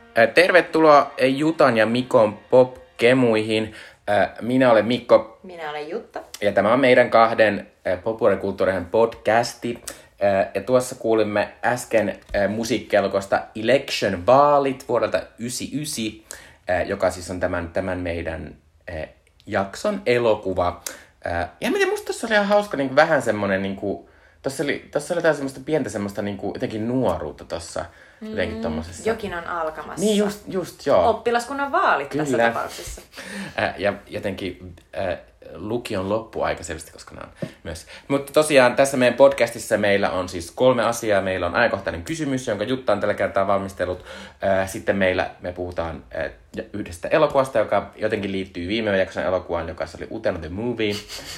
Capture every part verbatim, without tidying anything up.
Tervetuloa Jutan ja Mikon pop-kemuihin. Minä olen Mikko. Minä olen Jutta. Ja tämä on meidän kahden populaarikulttuurisen podcasti. Ja tuossa kuulimme äsken musiikkielokuvasta Election Vaalit vuodelta yhdeksänkymmentäyhdeksän, joka siis on tämän, tämän meidän jakson elokuva. Ja miten musta tuossa oli ihan hauska niin vähän semmonen, niin kuin, tuossa oli, tuossa oli jotain semmoista pientä semmoista niin kuin, jotenkin nuoruutta tuossa. Mm, jokin on alkamassa. Niin just, just joo. Oppilaskunnan vaalit Kyllä. tässä tapauksessa. Äh, ja jotenkin äh, lukion loppuaika selvästi, koska nämä on myös. Mutta tosiaan tässä meidän podcastissa meillä on siis kolme asiaa. Meillä on ajankohtainen kysymys, jonka Jutta on tällä kertaa valmistellut. Äh, sitten meillä me puhutaan äh, yhdestä elokuvasta, joka jotenkin liittyy viime jakson elokuvaan, joka oli Utena the Movie.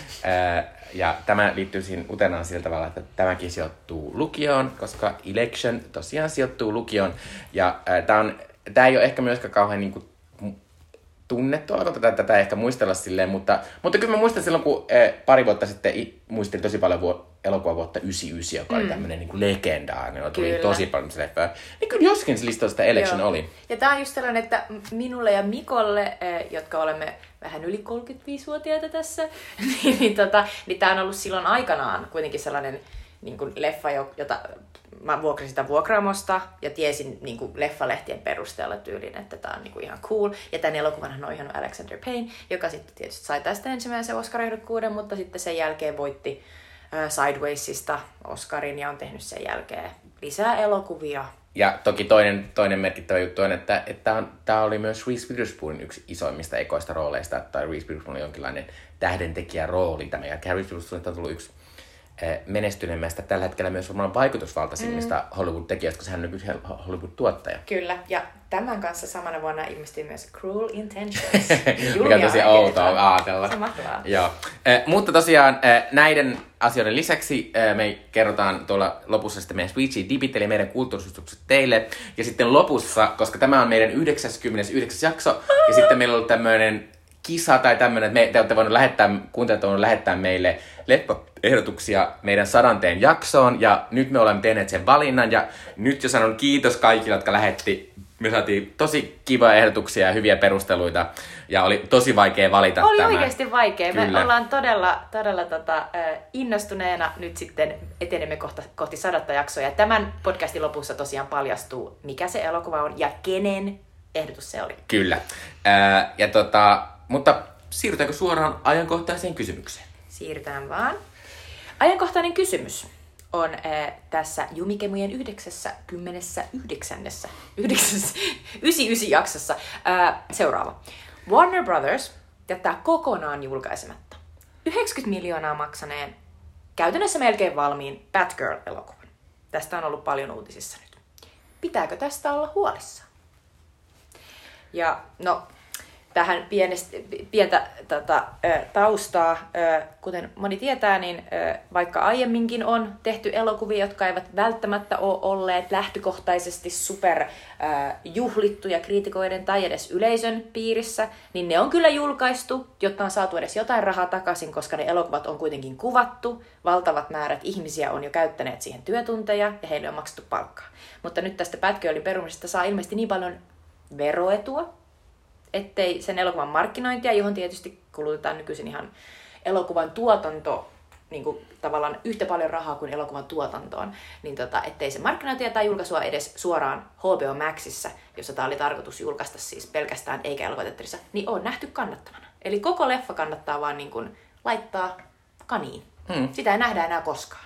Äh, Ja tämä liittyy siihen Utenaan sillä tavalla, että tämäkin sijoittuu lukioon, koska Election tosiaan sijoittuu lukioon. Ja äh, tämä, on, tämä ei ole ehkä myöskään kauhean niin kuin, tunnettu, alkoi tätä, tätä ehkä muistella silleen, mutta, mutta kyllä mä muistan silloin, kun äh, pari vuotta sitten muistelin tosi paljon vuo, elokuva vuotta yhdeksänkymmentäyhdeksän, joka mm. oli tämmöinen niin kuin legendaarinen, tuli tosi paljon se leffa. Niin kyllä joskin se listalla sitä Election Joo. oli. Ja tämä on just sellainen, että minulle ja Mikolle, jotka olemme vähän yli kolmekymmentäviisivuotiaita tässä, niin, niin, tota, niin tämä on ollut silloin aikanaan kuitenkin sellainen niin kuin leffa, jota mä vuokrasin sitä vuokraamosta ja tiesin niin kuin leffalehtien perusteella tyylin, että tämä on niin kuin ihan cool. Ja tämän elokuvan on ohjannut Alexander Payne, joka sitten tietysti sai tästä ensimmäisen Oscar-ehdokkuuden, mutta sitten sen jälkeen voitti äh, Sidewaysista Oscarin ja on tehnyt sen jälkeen lisää elokuvia. Ja toki toinen, toinen merkittävä juttu on, että, että tämä oli myös Reese Witherspoon yksi isoimmista ekoista rooleista, tai Reese Witherspoon oli jonkinlainen tähdentekijän rooli. Tämän jälkeen Reese Witherspoon on tullut yksi menestyneemmästä tällä hetkellä myös varmaan vaikutusvaltaisimmista mm. Hollywood-tekijöistä, koska hän on nykyään Hollywood-tuottaja. Kyllä, ja tämän kanssa samana vuonna ilmestyi myös Cruel Intentions. Mikä on tosi outoa ajatella. Se on mahtavaa. Joo. Eh, mutta tosiaan eh, näiden asioiden lisäksi eh, me kerrotaan tuolla lopussa sitten meidän Switchy Dibit, eli meidän kulttuurisuustukset teille. Ja sitten lopussa, koska tämä on meidän yhdeksäskymmenesyhdeksäs jakso, ja sitten meillä on ollut tämmöinen kisa tai tämmöinen, että me, te olette voineet lähettää, kuuntelijat voineet lähettää meille leffa-ehdotuksia meidän sadanteen jaksoon, ja nyt me olemme tehneet sen valinnan, ja nyt jo sanon kiitos kaikille, jotka lähetti. Me saatiin tosi kivoja ehdotuksia ja hyviä perusteluita, ja oli tosi vaikea valita oli tämä. Oli oikeasti vaikea. Kyllä. Me ollaan todella, todella tota, innostuneena nyt sitten etenemme kohta, kohti sadatta jaksoa, ja tämän podcastin lopussa tosiaan paljastuu, mikä se elokuva on, ja kenen ehdotus se oli. Kyllä. Ää, ja tota... Mutta siirrytäänkö suoraan ajankohtaiseen kysymykseen? Siirrytään vaan. Ajankohtainen kysymys on äh, tässä Jumikemujen yhdeksänkymmentäyhdeksännessä yhdeksännessä, yhdeksäs, yhdeksänkymmentäyhdeksän jaksossa. Äh, seuraava. Warner Brothers jättää kokonaan julkaisematta yhdeksänkymmentä miljoonaa maksaneen, käytännössä melkein valmiin Batgirl-elokuvan. Tästä on ollut paljon uutisissa nyt. Pitääkö tästä olla huolissaan? Ja no... Tähän pienest, pientä tota, taustaa, kuten moni tietää, niin vaikka aiemminkin on tehty elokuvia, jotka eivät välttämättä ole olleet lähtökohtaisesti super juhlittuja kriitikoiden tai edes yleisön piirissä, niin ne on kyllä julkaistu, jotta on saatu edes jotain rahaa takaisin, koska ne elokuvat on kuitenkin kuvattu, valtavat määrät ihmisiä on jo käyttäneet siihen työtunteja ja heille on maksettu palkkaa. Mutta nyt tästä Batgirlin perumisesta saa ilmeisesti niin paljon veroetua, ettei sen elokuvan markkinointia, johon tietysti kulutetaan nykyisin ihan elokuvan tuotanto, niin kuin tavallaan yhtä paljon rahaa kuin elokuvan tuotantoon, niin tota, ettei se markkinointia tai julkaisua edes suoraan H B O Maxissa, jossa tämä oli tarkoitus julkaista siis pelkästään eikä elokuvateatterissa, niin on nähty kannattavana. Eli koko leffa kannattaa vaan niin kuin laittaa kaniin. Hmm. Sitä ei nähdä enää koskaan.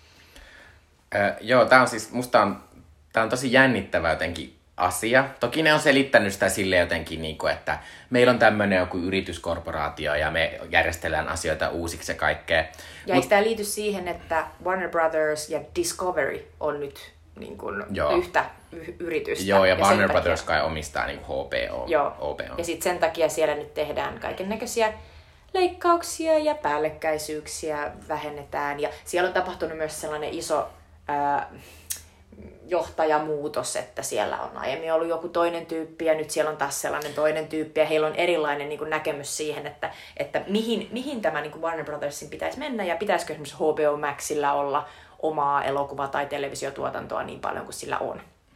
Äh, joo, tää on siis, musta on, tää on tosi jännittävä jotenkin asia. Toki ne on selittänyt sitä silleen jotenkin, niin kuin, että meillä on tämmöinen joku yrityskorporaatio ja me järjestellään asioita uusiksi ja kaikkea. Ja Mut... eikö tämä liity siihen, että Warner Brothers ja Discovery on nyt niin kuin yhtä y- yritystä? Joo, ja, ja Warner Brothers kai omistaa niin kuin H B O. Joo, H B O. Ja sitten sen takia siellä nyt tehdään kaikennäköisiä leikkauksia ja päällekkäisyyksiä vähennetään. Ja siellä on tapahtunut myös sellainen iso... Ää, johtajamuutos, että siellä on aiemmin ollut joku toinen tyyppi ja nyt siellä on taas sellainen toinen tyyppi ja heillä on erilainen niin kuin näkemys siihen, että, että mihin, mihin tämä niin kuin Warner Brothersin pitäisi mennä ja pitäisikö esimerkiksi H B O Maxilla olla omaa elokuva- tai televisiotuotantoa niin paljon kuin sillä on.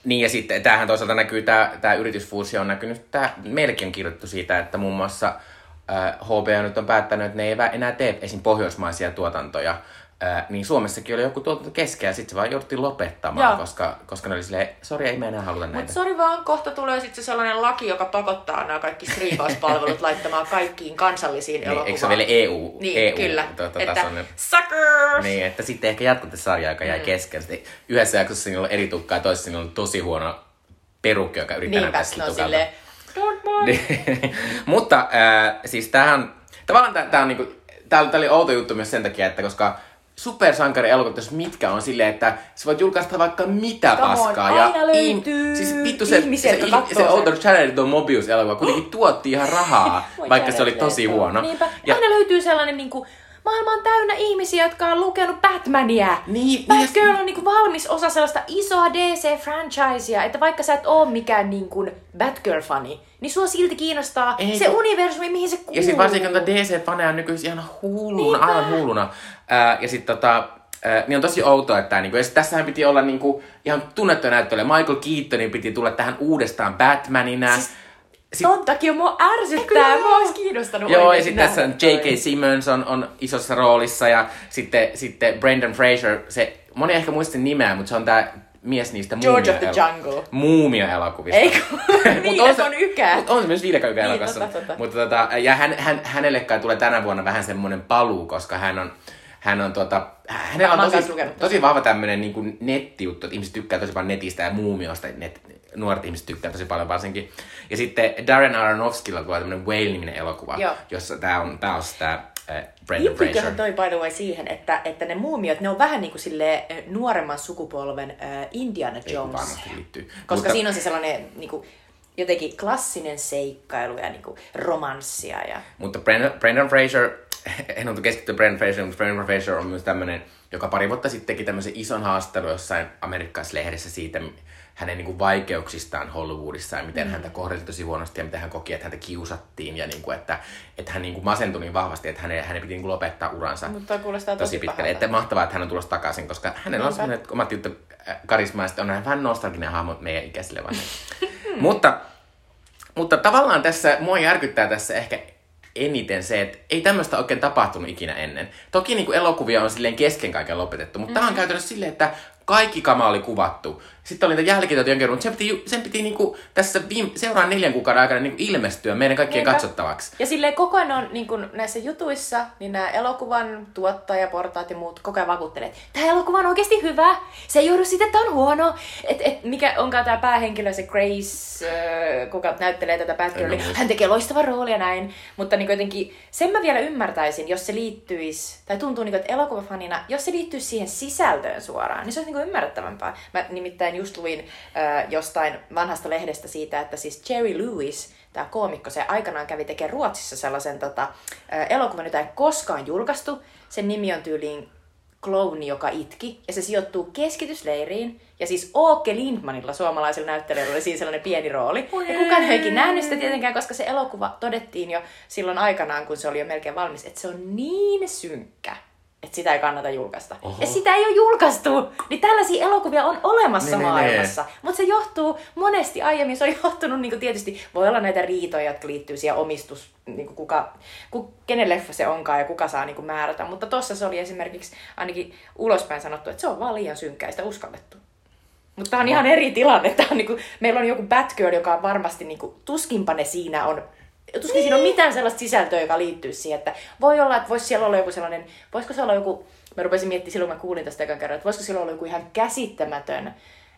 Niin ja sitten tämähän toisaalta näkyy, tämä, tämä yritysfuusio on näkynyt, tämä, meillekin on kirjoittu siitä, että muun muassa äh, H B O nyt on päättänyt, että ne ei enää tee esim. Pohjoismaisia tuotantoja, äh, niin Suomessakin oli joku tuotanto kesken ja sitten se vaan jouduttiin lopettamaan, koska, koska ne oli silleen, sori ei me enää haluta näitä. Mutta sori vaan, kohta tulee sitten se sellainen laki, joka pakottaa nämä kaikki striimauspalvelut laittamaan kaikkiin kansallisiin niin, elokuvaan. eikö se ole vielä E U? Niin, E U, kyllä. Tuota, että tasoinen. suckers! Niin, että sitten ehkä jatkatte sarjaa, joka jäi mm. kesken. Sitten yhdessä jaksossa siinä on eri tukkaa ja toisessa siinä on tosi huono perukki, joka yrittää Niinpä, näyttää sitä no tukalta. silleen, don't mind. Mutta äh, siis tämähän, tavallaan tää, tää on niinku, tää, tää oli outo juttu myös sen takia, että koska supersankari-elokuvat, jos mitkä on silleen, että sä voit julkaista vaikka mitä Come on, paskaa. aina ja löytyy siis vittu se, ihmisiä, se, jotka se, katsoo se sen. Outer Jared Mobius-elokuva kuitenkin tuotti ihan rahaa, vaikka se oli tosi huono. Niinpä, Ja, aina löytyy sellainen niinku, maailma on täynnä ihmisiä, jotka on lukenut Batmania. Niin, Batgirl on niinku valmis osa sellaista isoa D C-franchisea, että vaikka sä et oo mikään niinku Batgirl-fani, niin sua silti kiinnostaa Ei, se kun... universumi, mihin se kuuluu. Ja sit varsinkin kun D C-faneja on nykyisin ihan hulluna, Niinpä. aivan hulluna. Ää, ja sit tota, ää, niin on tosi outoa, että niinku, ja sit tässähän piti olla niinku ihan tunnettuja näyttelijä. Michael Keatonin piti tulla tähän uudestaan Batmanina. Siis... Sit... Ton takia mua ärsyttää, mua olisi kiinnostanut Joo, ja sitten tässä on J K. Simmons on, on isossa roolissa, ja sitten, sitten Brendan Fraser, se, moni ehkä muisti nimeä, mutta se on tää mies niistä George of the Jungle. Muumio-elokuvista. Eikö? niin, on se on ykää. Mutta on se myös viidekän ykää Niin, elokuvassa. totta, totta. Mutta tota, ja hän, hän, hänellekään tulee tänä vuonna vähän semmoinen paluu, koska hän on, hän on tuota, hänellä on tosi, tosi vahva tämmönen niin kuin nettijuttu, että ihmiset tykkää tosi paljon netistä ja muumiosta, net, nuoret ihmiset tykkää tosi paljon varsinkin. Ja sitten Darren Aronofskylla tulee tämmönen Whale-niminen elokuva, Joo. jossa tää on, tää on tää äh, Brendan Fraser. Liittyykö toi by the way siihen, että, että ne muumiot, ne on vähän niin kuin sille nuoremman sukupolven äh, Indiana Jones. Varmasti liittyy. Koska Mutta... siinä on se sellainen niin kuin, jotenkin klassinen seikkailu ja niin kuin, romanssia. Ja... Mutta Brendan, Brendan Fraser, en ole keskittynyt Brendan Fraser, mutta Brendan Fraser on myös tämmönen, joka pari vuotta sitten teki tämmöisen ison haastattelun jossain amerikkalaislehdessä siitä hänen niin kuin vaikeuksistaan Hollywoodissa ja miten mm. häntä kohdeltiin tosi huonosti ja miten hän koki, että häntä kiusattiin ja niin kuin, että, että hän niin kuin masentui niin vahvasti, että hänen, hänen piti niin kuin lopettaa uransa. Mutta kuulostaa tosi, tosi pitkälle. Että mahtavaa, että hän on tulossa takaisin, koska hänellä on sellainen omat juttu karismaa ja sitten on vähän nostalginen hahmo meidän ikäisille vaan. mutta, mutta tavallaan tässä, mua järkyttää tässä ehkä eniten se, että ei tämmöistä oikein tapahtunut ikinä ennen. Toki niin kuin elokuvia on silleen kesken kaiken lopetettu, mutta mm. tämä on käytännössä silleen, että kaikki kama oli kuvattu. Sitten oli niitä jälkitöitä jonkin mutta sen piti, sen piti niinku tässä viime, seuraan neljän kuukauden aikana niinku ilmestyä meidän kaikkien Niinpä. katsottavaksi. Ja silleen koko ajan on niinku näissä jutuissa, niin nämä elokuvan tuottajaportaat ja muut koko ajan vakuuttelee, että tämä elokuva on oikeasti hyvä. Se ei joudu siitä, että on huono. Et, et mikä onkaan tämä päähenkilö, se Grace, äh, kuka näyttelee tätä Batgirlia. Hän tekee loistavaa roolia näin. Mutta niinku jotenkin sen mä vielä ymmärtäisin, jos se liittyisi, tai tuntuu niinku, että elokuvafanina, jos se liittyisi siihen sisältöön suoraan, niin se olisi niinku ymmärrettävämpää. Mä nimittäin just luin äh, jostain vanhasta lehdestä siitä, että siis Jerry Lewis, tämä koomikko, se aikanaan kävi tekemään Ruotsissa sellaisen tota, äh, elokuvan, jota ei koskaan julkaistu. Sen nimi on tyyliin Klouni, joka itki, ja se sijoittuu keskitysleiriin. Ja siis Åke Lindmanilla, suomalaisella näyttelijällä, oli siinä sellainen pieni rooli. Ja kukaan ei ikinä nähnyt sitä tietenkään, koska se elokuva todettiin jo silloin aikanaan, kun se oli jo melkein valmis, että se on niin synkkä, että sitä ei kannata julkaista. Oho. Ja sitä ei ole julkaistu! Niin tällaisia elokuvia on olemassa ne, maailmassa. Mutta se johtuu monesti aiemmin, se on johtunut niin kuin tietysti, voi olla näitä riitoja, jotka liittyy siihen omistus, niin kuin kuka, ku, kenen leffa se onkaan ja kuka saa niin kuin määrätä. Mutta tossa se oli esimerkiksi ainakin ulospäin sanottu, että se on vaan liian synkkää, sitä uskallettu. Mutta tämä on ihan eri tilanne. Tää on niin kuin, meillä on joku Batgirl, joka on varmasti, niin kuin, tuskinpa ne siinä on, tuskin niin. siinä on mitään sellaista sisältöä, joka liittyy siihen, että voi olla, että voisi siellä olla joku sellainen, voisiko se olla joku, mä rupesin miettimään silloin, kun mä kuulin tästä ekan kerran, että voisiko siellä olla joku ihan käsittämätön,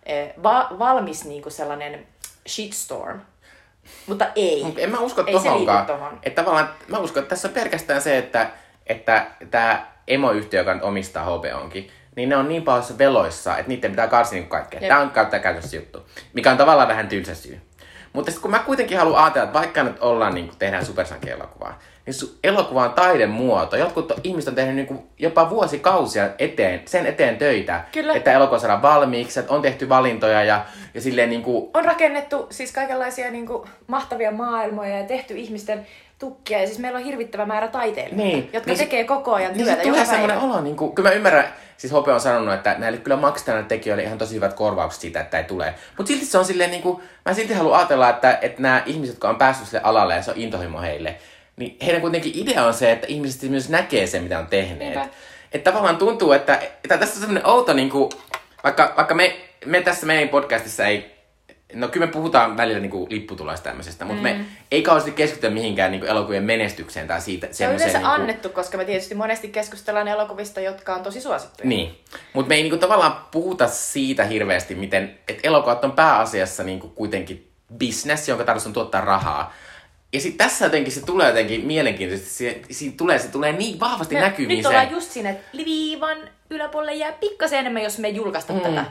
va- valmis niin kuin sellainen shitstorm. Mutta ei. En mä usko ei tohonkaan. tohon. Että tavallaan, mä uskon, että tässä on pelkästään se, että, että tämä emoyhtiö, joka omistaa H B O:nkin, niin ne on niin paljon veloissa, että niiden pitää karsia niin kaikkea. Jep. Tämä on kautta käytössä juttu, mikä on tavallaan vähän tylsä syy. Mutta sitten kun mä kuitenkin haluan ajatella, että vaikka nyt ollaan, niin tehdään supersankielokuvaa, niin su- elokuva on taidemuoto. Jotkut on, ihmiset on tehnyt niinku jopa vuosikausia eteen, sen eteen töitä, Kyllä. että elokuva saadaan valmiiksi, että on tehty valintoja ja, ja silleen niinku... On rakennettu siis kaikenlaisia niinku mahtavia maailmoja ja tehty ihmisten tukkia. Ja siis meillä on hirvittävä määrä taiteilijoita, niin, jotka niin tekee koko ajan niin työtä tulee joka semmoinen päivä. olo, niin kuin, kyllä mä ymmärrän, siis Hope on sanonut, että näille kyllä maksetaan näille tekijöille ihan tosi hyvät korvaukset siitä, että ei tule. Mutta silti se on silleen, niin kuin, mä silti haluan ajatella, että, että nämä ihmiset, jotka on päässyt sille alalle ja se on intohimo heille, niin heidän kuitenkin idea on se, että ihmiset myös näkee sen, mitä on tehneet. Niinpä. Että tavallaan tuntuu, että, että tässä on semmoinen outo, niin kuin, vaikka, vaikka me, me tässä meidän podcastissa ei, no kyllä me puhutaan välillä niinku lipputuloista tämmöisestä, mutta mm. me ei kauheasti keskitytä mihinkään niinku elokuvien menestykseen tai siitä. Se on yleensä niinku... annettu, koska me tietysti monesti keskustellaan elokuvista, jotka on tosi suosittuja. Niin, mutta me ei niinku tavallaan puhuta siitä hirveästi, miten että elokuvat on pääasiassa niinku kuitenkin business, jonka tarkoitus on tuottaa rahaa. Ja sitten tässä jotenkin se tulee jotenkin mielenkiintoisesti, se, siinä tulee, se tulee niin vahvasti me, näkyviin. Nyt ollaan just siinä, että viivan yläpuolelle jää pikkasen enemmän, jos me ei julkaista mm. tätä.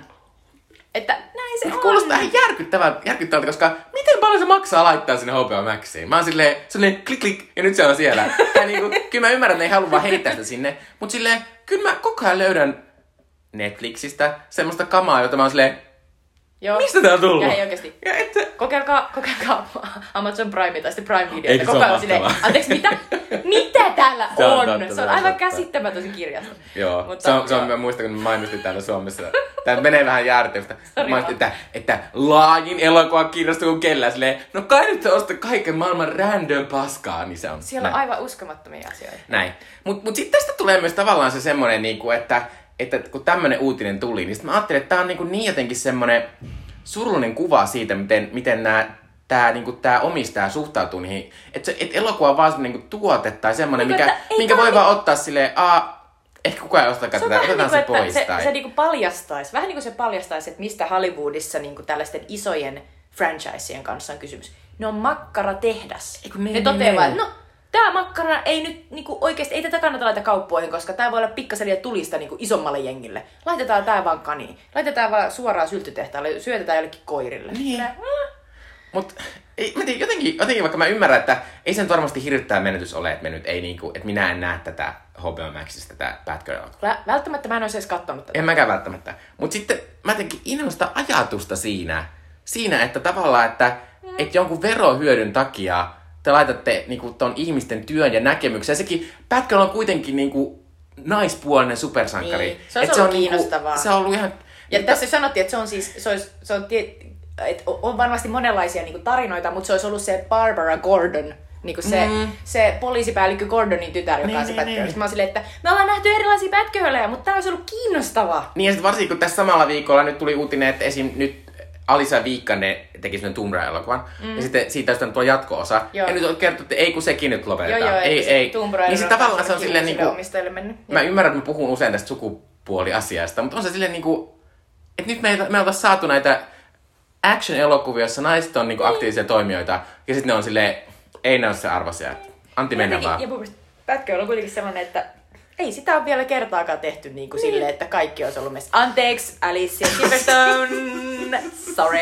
Että näin se Nyt on. kuulostaa ihan järkyttävältä, järkyttävältä, koska miten paljon se maksaa laittaa sinne H B O Maxiin? Mä oon silleen, silleen klik klik, ja nyt se on siellä. Ja niinku, kyllä mä ymmärrän, että ne ei halua vaan heittää sitä sinne, mutta silleen, kyllä mä koko ajan löydän Netflixistä semmoista kamaa, jota mä oon silleen, Joo. mistä tää on tullut? Ja hei oikeesti. Ja että... Kokeilkaa, kokeilkaa Amazon Prime tai sitten Prime Video. Eikö se Koko ole ajan silleen, mahtavaa? anteeksi, mitä? Mitä täällä Se on on? totta, Se se on on aivan totta. käsittämätön se kirjasto. Joo, Mutta, se on, se on, joo. mä muistan, kun mä mainostin täällä Suomessa. Tää menee vähän järteistä. Sori Mä että, että laajin elokuvakirjasto kuin kellään. Silleen, no kai nyt ostaa kaiken maailman random paskaa, niin se on. Siellä on näin. aivan uskomattomia asioita. Näin. Mut, mut sitten tästä tulee myös tavallaan se semmonen, niinku, että, että kun tämmönen uutinen tuli, niin sit mä ajattelin, että tää on niinku niin jotenkin semmonen surullinen kuva siitä, miten, miten nää, tää, niinku, tää omistaja suhtautuu niihin. Että et elokuva on vaan semmonen niinku tuote tai semmonen, Niin, mikä, että ei minkä tää voi ni- vaan ottaa silleen, aa, ehkä kukaan ei ostakaan Se on tätä, vähän otetaan niin se kuin, pois. että tai... se, se niin kuin paljastaisi, vähän niin kuin se paljastaisi, että mistä Hollywoodissa niin kuin tällaisten isojen franchisien kanssa on kysymys. Ne on makkaratehdas. Eiku ne, ne ne, toteaa ne. vaan, että no, tää makkara ei nyt niinku oikeesti, ei tätä kannata laittaa kauppoihin, koska tää voi olla pikkasen liian tulista niinku isommalle jengille. Laitetaan tää vaan kaniin. Laitetaan vaan suoraan syltytehtaalle, syötetään jollekin koirille. Niin. Tää, mm. Mut ei, mä tiedän, jotenkin, jotenkin, vaikka mä ymmärrän, että ei sen varmasti hirvittää menetys ole, että me nyt ei niinku, että minä en näe tätä H B O Maxista, tätä Bad Girl. Vä- Välttämättä mä en olisi edes katsonut tätä. En mäkään välttämättä. Mut sitten mä jotenkin innostan ajatusta siinä, siinä, että tavallaan, että mm. et jonkun verohyödyn takia te laitatte niinku ton ihmisten työn ja näkemyksen. Ja sekin Bad Girl on kuitenkin niinku naispuolinen supersankari. Niin. Se on Et ollut niinku- kiinnostavaa. Se on ollut ihan... Ja mutta... tässä sanottiin, että se on siis, se, olisi, se on, tie, että on varmasti monenlaisia niin kuin tarinoita, mutta se olisi ollut se Barbara Gordon, niin kuin se, mm. se poliisipäällikkö Gordonin tytär, joka Niin, on se niin, Bad Girl. niin. Sitten mä oon silleen, että me ollaan nähty erilaisia Bad Girlejä, mutta tää olisi ollut kiinnostavaa. Niin ja sitten varsinkin kun tässä samalla viikolla nyt tuli uutinen, että esim. Nyt Alisa Viikkanen teki sen Tomb Raider-elokuvan. Mm. Ja sitten siitä olisi tuo jatko-osa. Joo. Ja nyt on kerrottu, että ei kun sekin nyt lopetetaan. Joo, joo, ei, ei. Tomb Raider Niin sitten tavallaan se on silleen niinku... omistajille mennyt. Mä ymmärrän, että mä puhun usein tästä sukupuoliasiasta, mutta on se silleen niinku... Että nyt me, me oltaisiin saatu näitä action-elokuvia, jossa naiset on niinku aktiivisia toimijoita. Ja sitten ne on silleen, ei ne ole se arvoisia. Antti mennä Jotenkin- vaan. Ja mun mielestä Bad Girl on kuitenkin sellainen, että ei sitä ole vielä kertaakaan tehty niin kuin silleen, että kaikki olisi ollut mielestä. Anteeksi, Alicia Silverstone. Sorry.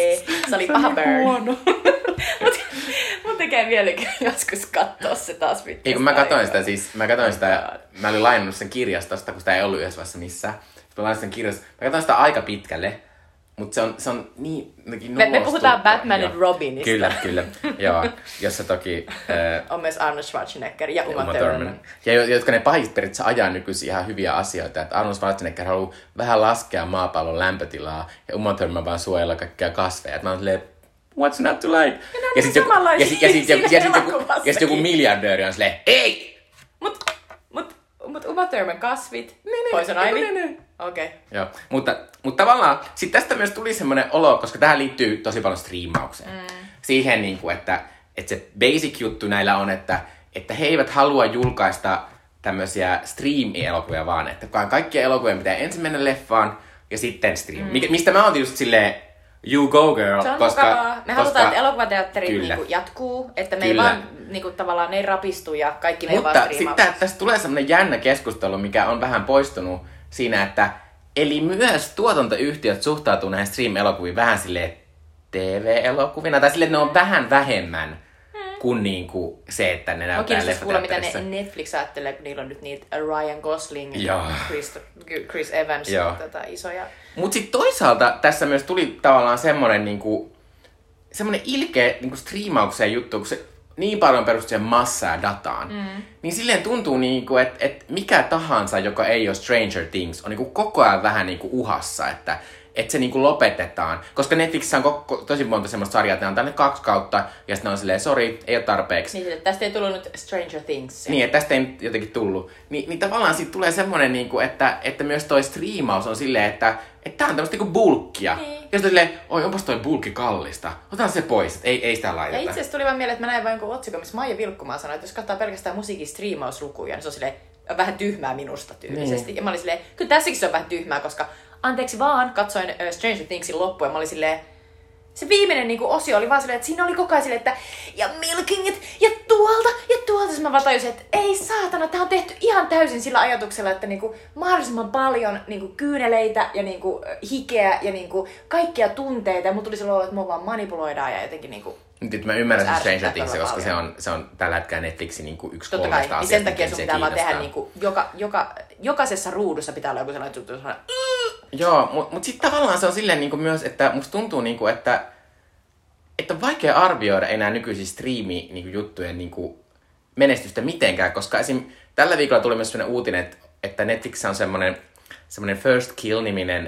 Se oli paha burn. Mutta mun tekee mieli joskus katsoa se taas vittu. Ei kun mä katsoin sitä siis, mä katsoin sitä, mä olin lainannut sen kirjastosta, kun sitä ei ollut yhdessä vaiheessa missään. Sitten mä lainasin sen kirjastosta, mä katsoin sitä aika pitkälle, mutta se on, se on niin jotenkin Me, me nolostunut. puhutaan Batman Joo. and Robinista. Kyllä, kyllä. Joo, jossa toki äh, On myös Arnold Schwarzenegger ja Uma Uma Thurman. Thurman. Ja jo- jotka ne pahit periaatteessa ajaa nykyisin ihan hyviä asioita. Että Arnold Schwarzenegger haluaa vähän laskea maapallon lämpötilaa ja Uma Thurman vaan suojella kaikkia kasveja. Että mä oon silleen, what's not to like? Ja sit joku, samanlaisia ja sit, ja sit, ja, siinä ja sit, joku, elokuvassakin. ja sit joku miljardööri on silleen, ei! Mut, mut, mut Uma Thurman kasvit, Ne, ne, Poison ei kun Ivy. ne, ne. Okei. Okay. Joo, mutta, mutta tavallaan sit tästä myös tuli semmoinen olo, koska tähän liittyy tosi paljon striimaukseen. Mm. Siihen, niin kuin, että, että se basic juttu näillä on, että, että he eivät halua julkaista tämmöisiä stream-elokuvia vaan, että vaan kaikkia elokuvia pitää ensin mennä leffaan ja sitten stream. Mm. Mistä mä oon tietysti silleen, you go girl, Se on koska... mukavaa. Me koska, halutaan, että elokuvateatteri Kyllä. niinku jatkuu, että me Kyllä. ei vaan niinku, tavallaan ne ei rapistu ja kaikki me ei vaan Mutta striimaa. sitten tästä tulee semmoinen jännä keskustelu, mikä on vähän poistunut siinä, että eli myös tuotantoyhtiöt suhtautuu näihin stream-elokuviin vähän silleen T V-elokuvina, tai silleen, että ne on vähän vähemmän kuin, niin kuin se, että ne näyttää leffateatterissa. Kuulla, mitä ne Netflix ajattelee, kun niillä on nyt niitä Ryan Gosling ja Chris, Chris Evans tätä isoja. Mutta sitten toisaalta tässä myös tuli tavallaan semmoinen niinku, semmoinen ilkeä niinku striimaukseen juttu, kun se niin paljon perustuu siihen massaa dataan. Mm. Niin silleen tuntuu, niinku, että et mikä tahansa, joka ei ole Stranger Things, on niinku koko ajan vähän niinku uhassa, että et se niinku lopetetaan. Koska Netflixissä on koko, tosi monta semmoista sarjaa, että ne on tänne kaksi kautta, ja sitten on silleen, sori, ei ole tarpeeksi. Niin, että tästä ei tullut nyt Stranger Things. Niin, että tästä ei nyt jotenkin tullut. Ni, niin tavallaan siitä tulee semmoinen, niinku, että, että myös toi striimaus on silleen, että että tää on tämmöistä niinku bulkkia. Niin. Ja sitten silleen, oi, onpas toi bulkki kallista. Otetaan se pois, että ei, ei sitä laiteta. Ja itse asiassa tuli vaan mieleen, että mä näin vain jonkun otsikon, missä Maija Vilkkumaa sanoi, että jos katsoo pelkästään musiikin striimauslukuja, niin se on silleen vähän tyhmää minusta tyylisesti. Niin. Ja mä olin silleen, kyllä tässäkin se on vähän tyhmää, koska anteeksi vaan, katsoin uh, Stranger Thingsin loppuun ja mä olin silleen, se viimeinen niinku osio oli vaan silleen, että siinä oli koko ajan silleen, että ja milking it, ja tuolta, ja tuolta. Sitten mä vaan tajusin, että ei saatana, tää on tehty ihan täysin sillä ajatuksella, että niinku mahdollisimman paljon niinku kyyneleitä ja niinku hikeä ja niinku kaikkia tunteita. Ja mun tuli sellainen olo, että mua vaan manipuloidaan ja jotenkin niinku... Nyt mä ymmärrän sen Stranger Thingsia, koska se on, se on tällä hetkellä Netflixin niinku yksi totta kolmesta kai. asiasta. Niin sen takia sun pitää vaan tehdä niinku, joka, joka, jokaisessa ruudussa pitää olla joku sellainen juttu, sellainen... Joo, mutta mut sitten tavallaan se on silleen niinku myös, että musta tuntuu niinku, että että on vaikea arvioida enää nykyisiä striimi-juttujen niinku menestystä mitenkään, koska esim. Tällä viikolla tuli myös sellainen uutinen, että Netflix on semmoinen, semmoinen First Kill-niminen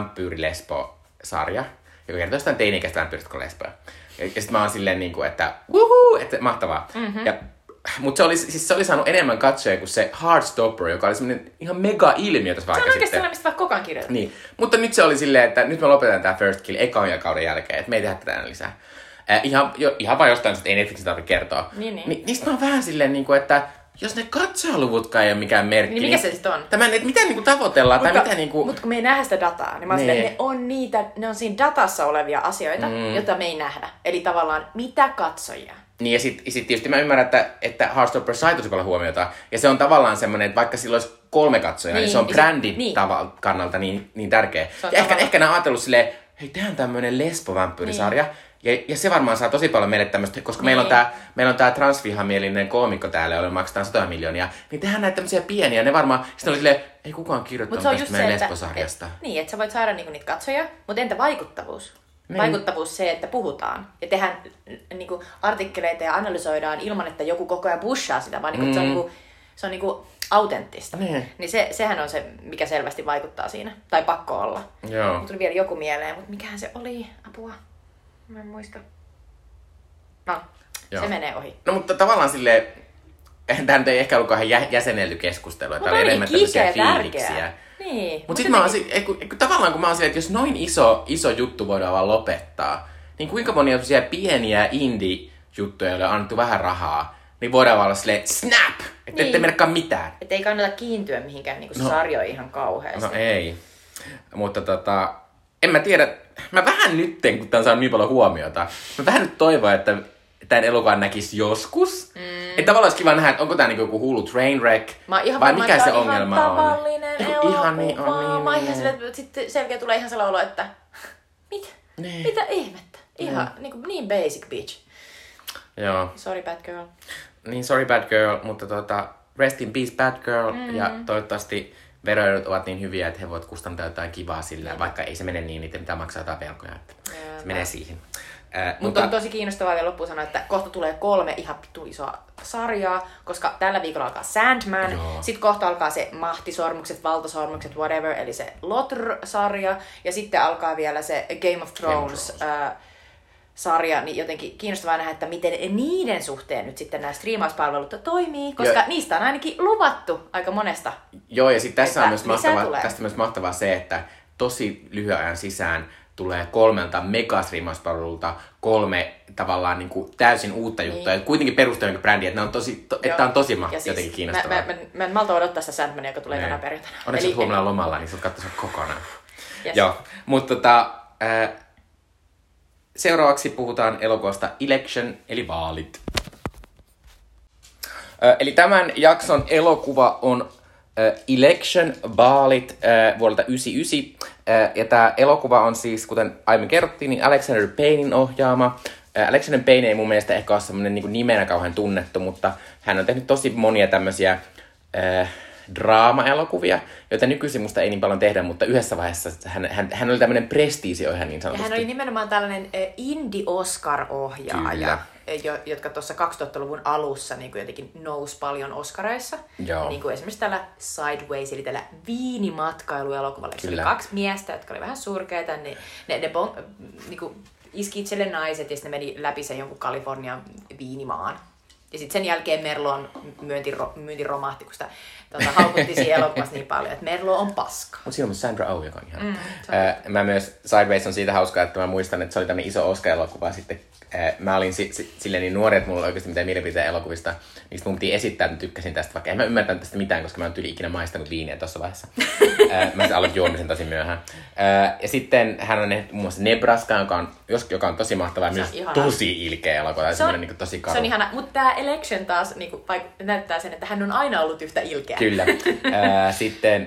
vampyyrilesbo-sarja, joka kertoo jostain teini-ikäistä vampyyristä kuin lesboja. Ja, ja sitten mä oon silleen, niinku, että wuhuu, että mahtavaa. Mm-hmm. Ja, mutta se oli, siis se oli saanut enemmän katsoja kuin se Heartstopper, joka oli semmoinen ihan mega-ilmiö tässä vaikka sitten. Se on oikeasti mistä vaikka koko ajan kirjoittaa. Niin, mutta nyt se oli silleen, että nyt me lopetetaan tää First Kill ekan kauden jälkeen, että me ei tehdä tätä lisää. Äh, ihan, jo, ihan vaan jostain, että ei Netflixin tarvitse kertoa. Niin, niin. Ni, niistä mä oon vähän silleen, niin kuin, että jos ne katsojaluvutkaan ei ole mikään merkki. Niin mikä se sitten on? Tämä, että mitä niinku tavoitellaan? Mutta, tai mitä niinku... Mutta kun me ei nähdä sitä dataa, niin mä oon silleen, että ne on niitä, ne on siinä datassa olevia asioita, mm. joita me ei nähdä. Eli tavallaan, mitä katsojia? Niin ja sit, sit tietysti mä ymmärrän, että, että Heartstopper sai tosi paljon huomiota. Ja se on tavallaan semmoinen, että vaikka sillä olisi kolme katsojaa, niin, niin se on brändin niin. Tava- kannalta niin, niin tärkeä. Ja ehkä, ehkä ne on ajatellut silleen, hei, tehdään tämmönen lesbovampyyrisarja. Niin. Ja, ja se varmaan saa tosi paljon meille tämmöistä, koska niin. meillä on tää, meillä on tää transvihamielinen koomikko täällä, jolle maksetaan satoja miljoonia. Niin tehdään näitä tämmöisiä pieniä. Ne varmaan, sitten oli silleen, ei kukaan kirjoittanut tästä meidän se, lesbosarjasta. Et, niin, että sä voit saada niinku niitä katsoja, mutta entä vaikuttavuus? Niin. Vaikuttavuus se, että puhutaan ja tehdään niinku artikkeleita ja analysoidaan ilman, että joku koko ajan pushaa sitä, vaan niinku, mm. se on, niinku, se on niinku autenttista. Niin, niin se, sehän on se, mikä selvästi vaikuttaa siinä. Tai pakko olla. Joo. Mut tuli vielä joku mieleen, mutta mikähän se oli? Apua. Mä en muista. No, Joo. se menee ohi. No mutta tavallaan silleen, tämä nyt ei ehkä ollut kauhean jäsenelty keskustelu, että oli enemmän tämmöisiä fiiliksiä. Niin. Mutta sitten mä oon silleen, tavallaan kun mä oon silleen, että jos noin iso, iso juttu voidaan vaan lopettaa, niin kuinka monia sellaisia pieniä indie-juttuja, joille on annettu vähän rahaa, niin voidaan vaan olla silleen, snap! Että niin. Ette menekaan mitään. Että ei kannata kiintyä mihinkään niin no. sarjoihin ihan kauheasti. No ei. Mutta tota, en mä tiedä, mä vähän nytten, kun tää on saanut niin paljon huomiota, mä vähän nyt toivon, että tämän elokuvan näkisi joskus. Mm. Että tavallaan olisi kiva nähdä, että onko tää niinku joku hullu trainwreck, vai mikä se ongelma on. Tavallinen elokuva. Ihan niin on. Niin, mä niin, ihan silleen, että sitten selkeä tulee ihan sellainen olo, että mitä? Niin. Mitä ihmettä? Ihan mm. niin, niin basic bitch. Joo. Sorry bad girl. Niin sorry bad girl, mutta tota, rest in peace bad girl. Mm. Ja toivottavasti veroedut ovat niin hyviä, että he voivat kustantaa jotain kivaa sillä, mm. vaikka ei se mene niin, niitä pitää maksaa jotain velkoja. Että se menee siihen. Äh, mutta, mutta on tosi kiinnostavaa vielä loppuun sanoa, että kohta tulee kolme ihan vittu isoa sarjaa, koska tällä viikolla alkaa Sandman, sitten kohta alkaa se Mahtisormukset, Valtasormukset, whatever, eli se Lotr-sarja, ja sitten alkaa vielä se Game of Thrones, Game of Thrones. Äh, sarja, niin jotenkin kiinnostavaa nähdä, että miten niiden suhteen nyt sitten nämä striimauspalvelut toimii, koska ja niistä on ainakin luvattu aika monesta. Joo, ja sitten tässä on myös mahtavaa, tästä myös mahtavaa se, että tosi lyhyen ajan sisään tulee kolmelta megastriimauspalvelulta kolme tavallaan niin kuin täysin uutta juttua. Niin. Kuitenkin perustuu brändiä, että, ne on tosi, to, että on tosi mahti, siis jotenkin kiinnostavaa. Mä, mä, mä, mä en malta odottaa sitä Sandmania, joka tulee tänä perjantaina. Onneksi Eli... huomenna lomalla, niin sä oot katsoa kokonaan. Yes. Joo, mutta tota, äh, seuraavaksi puhutaan elokuvasta Election, eli vaalit. Äh, eli tämän jakson elokuva on äh, Election, vaalit äh, vuodelta yhdeksänkymmentäyhdeksän. Äh, ja tämä elokuva on siis, kuten aiemmin kerrottiin, niin Alexander Paynein ohjaama. Alexander Payne ei mun mielestä ehkä ole semmoinen niin nimenä kauhean tunnettu, mutta hän on tehnyt tosi monia tämmöisiä äh, draama-elokuvia, joita nykyisin musta ei niin paljon tehdä, mutta yhdessä vaiheessa hän, hän, hän oli tämmöinen prestiisiohja niin sanotusti. Ja hän oli nimenomaan tällainen äh, indie-Oscar-ohjaaja, jo, jotka tuossa kaksituhattaluvun alussa niin kuin jotenkin nousi paljon Oscareissa. Joo. Niin kuin esimerkiksi tällä Sideways, eli tällä viinimatkailuelokuvalla, jossa oli kaksi miestä, jotka oli vähän surkeita, niin ne, ne bon, niin kuin iski itselle naiset ja sitten ne meni läpi sen jonkun Kalifornian viinimaan. Ja sitten sen jälkeen Merlon myynti, myynti romahti, kun sitä tuota, haukutti siinä elokuvassa niin paljon, että Merlo on paska. Mutta siinä on myös Sandra Oh, joka on ihan... Mm, äh, mä myös, Sideways on siitä hauskaa, että mä muistan, että se oli tämmöinen iso Oscar-elokuva. Sitten äh, mä olin si- si- silleen niin nuori, että mulla oli oikeasti mitään mielipiteen elokuvista. Niin mun piti esittää, että mä tykkäsin tästä, vaikka en mä ymmärtänyt tästä mitään, koska mä en tyyli ikinä maistanut viiniä tuossa vaiheessa. äh, mä aloin juomisen tosi myöhään. Äh, ja sitten hän on muun muassa Nebraska, joka on, joka on tosi mahtava ja myös ihana. Tosi ilkeä elokuva. Se on, niin tosi karu. Se on ihana, mutta tämä Election taas niin kuin, näyttää sen, että hän on aina ollut yhtä ilkeä. Kyllä. äh, sitten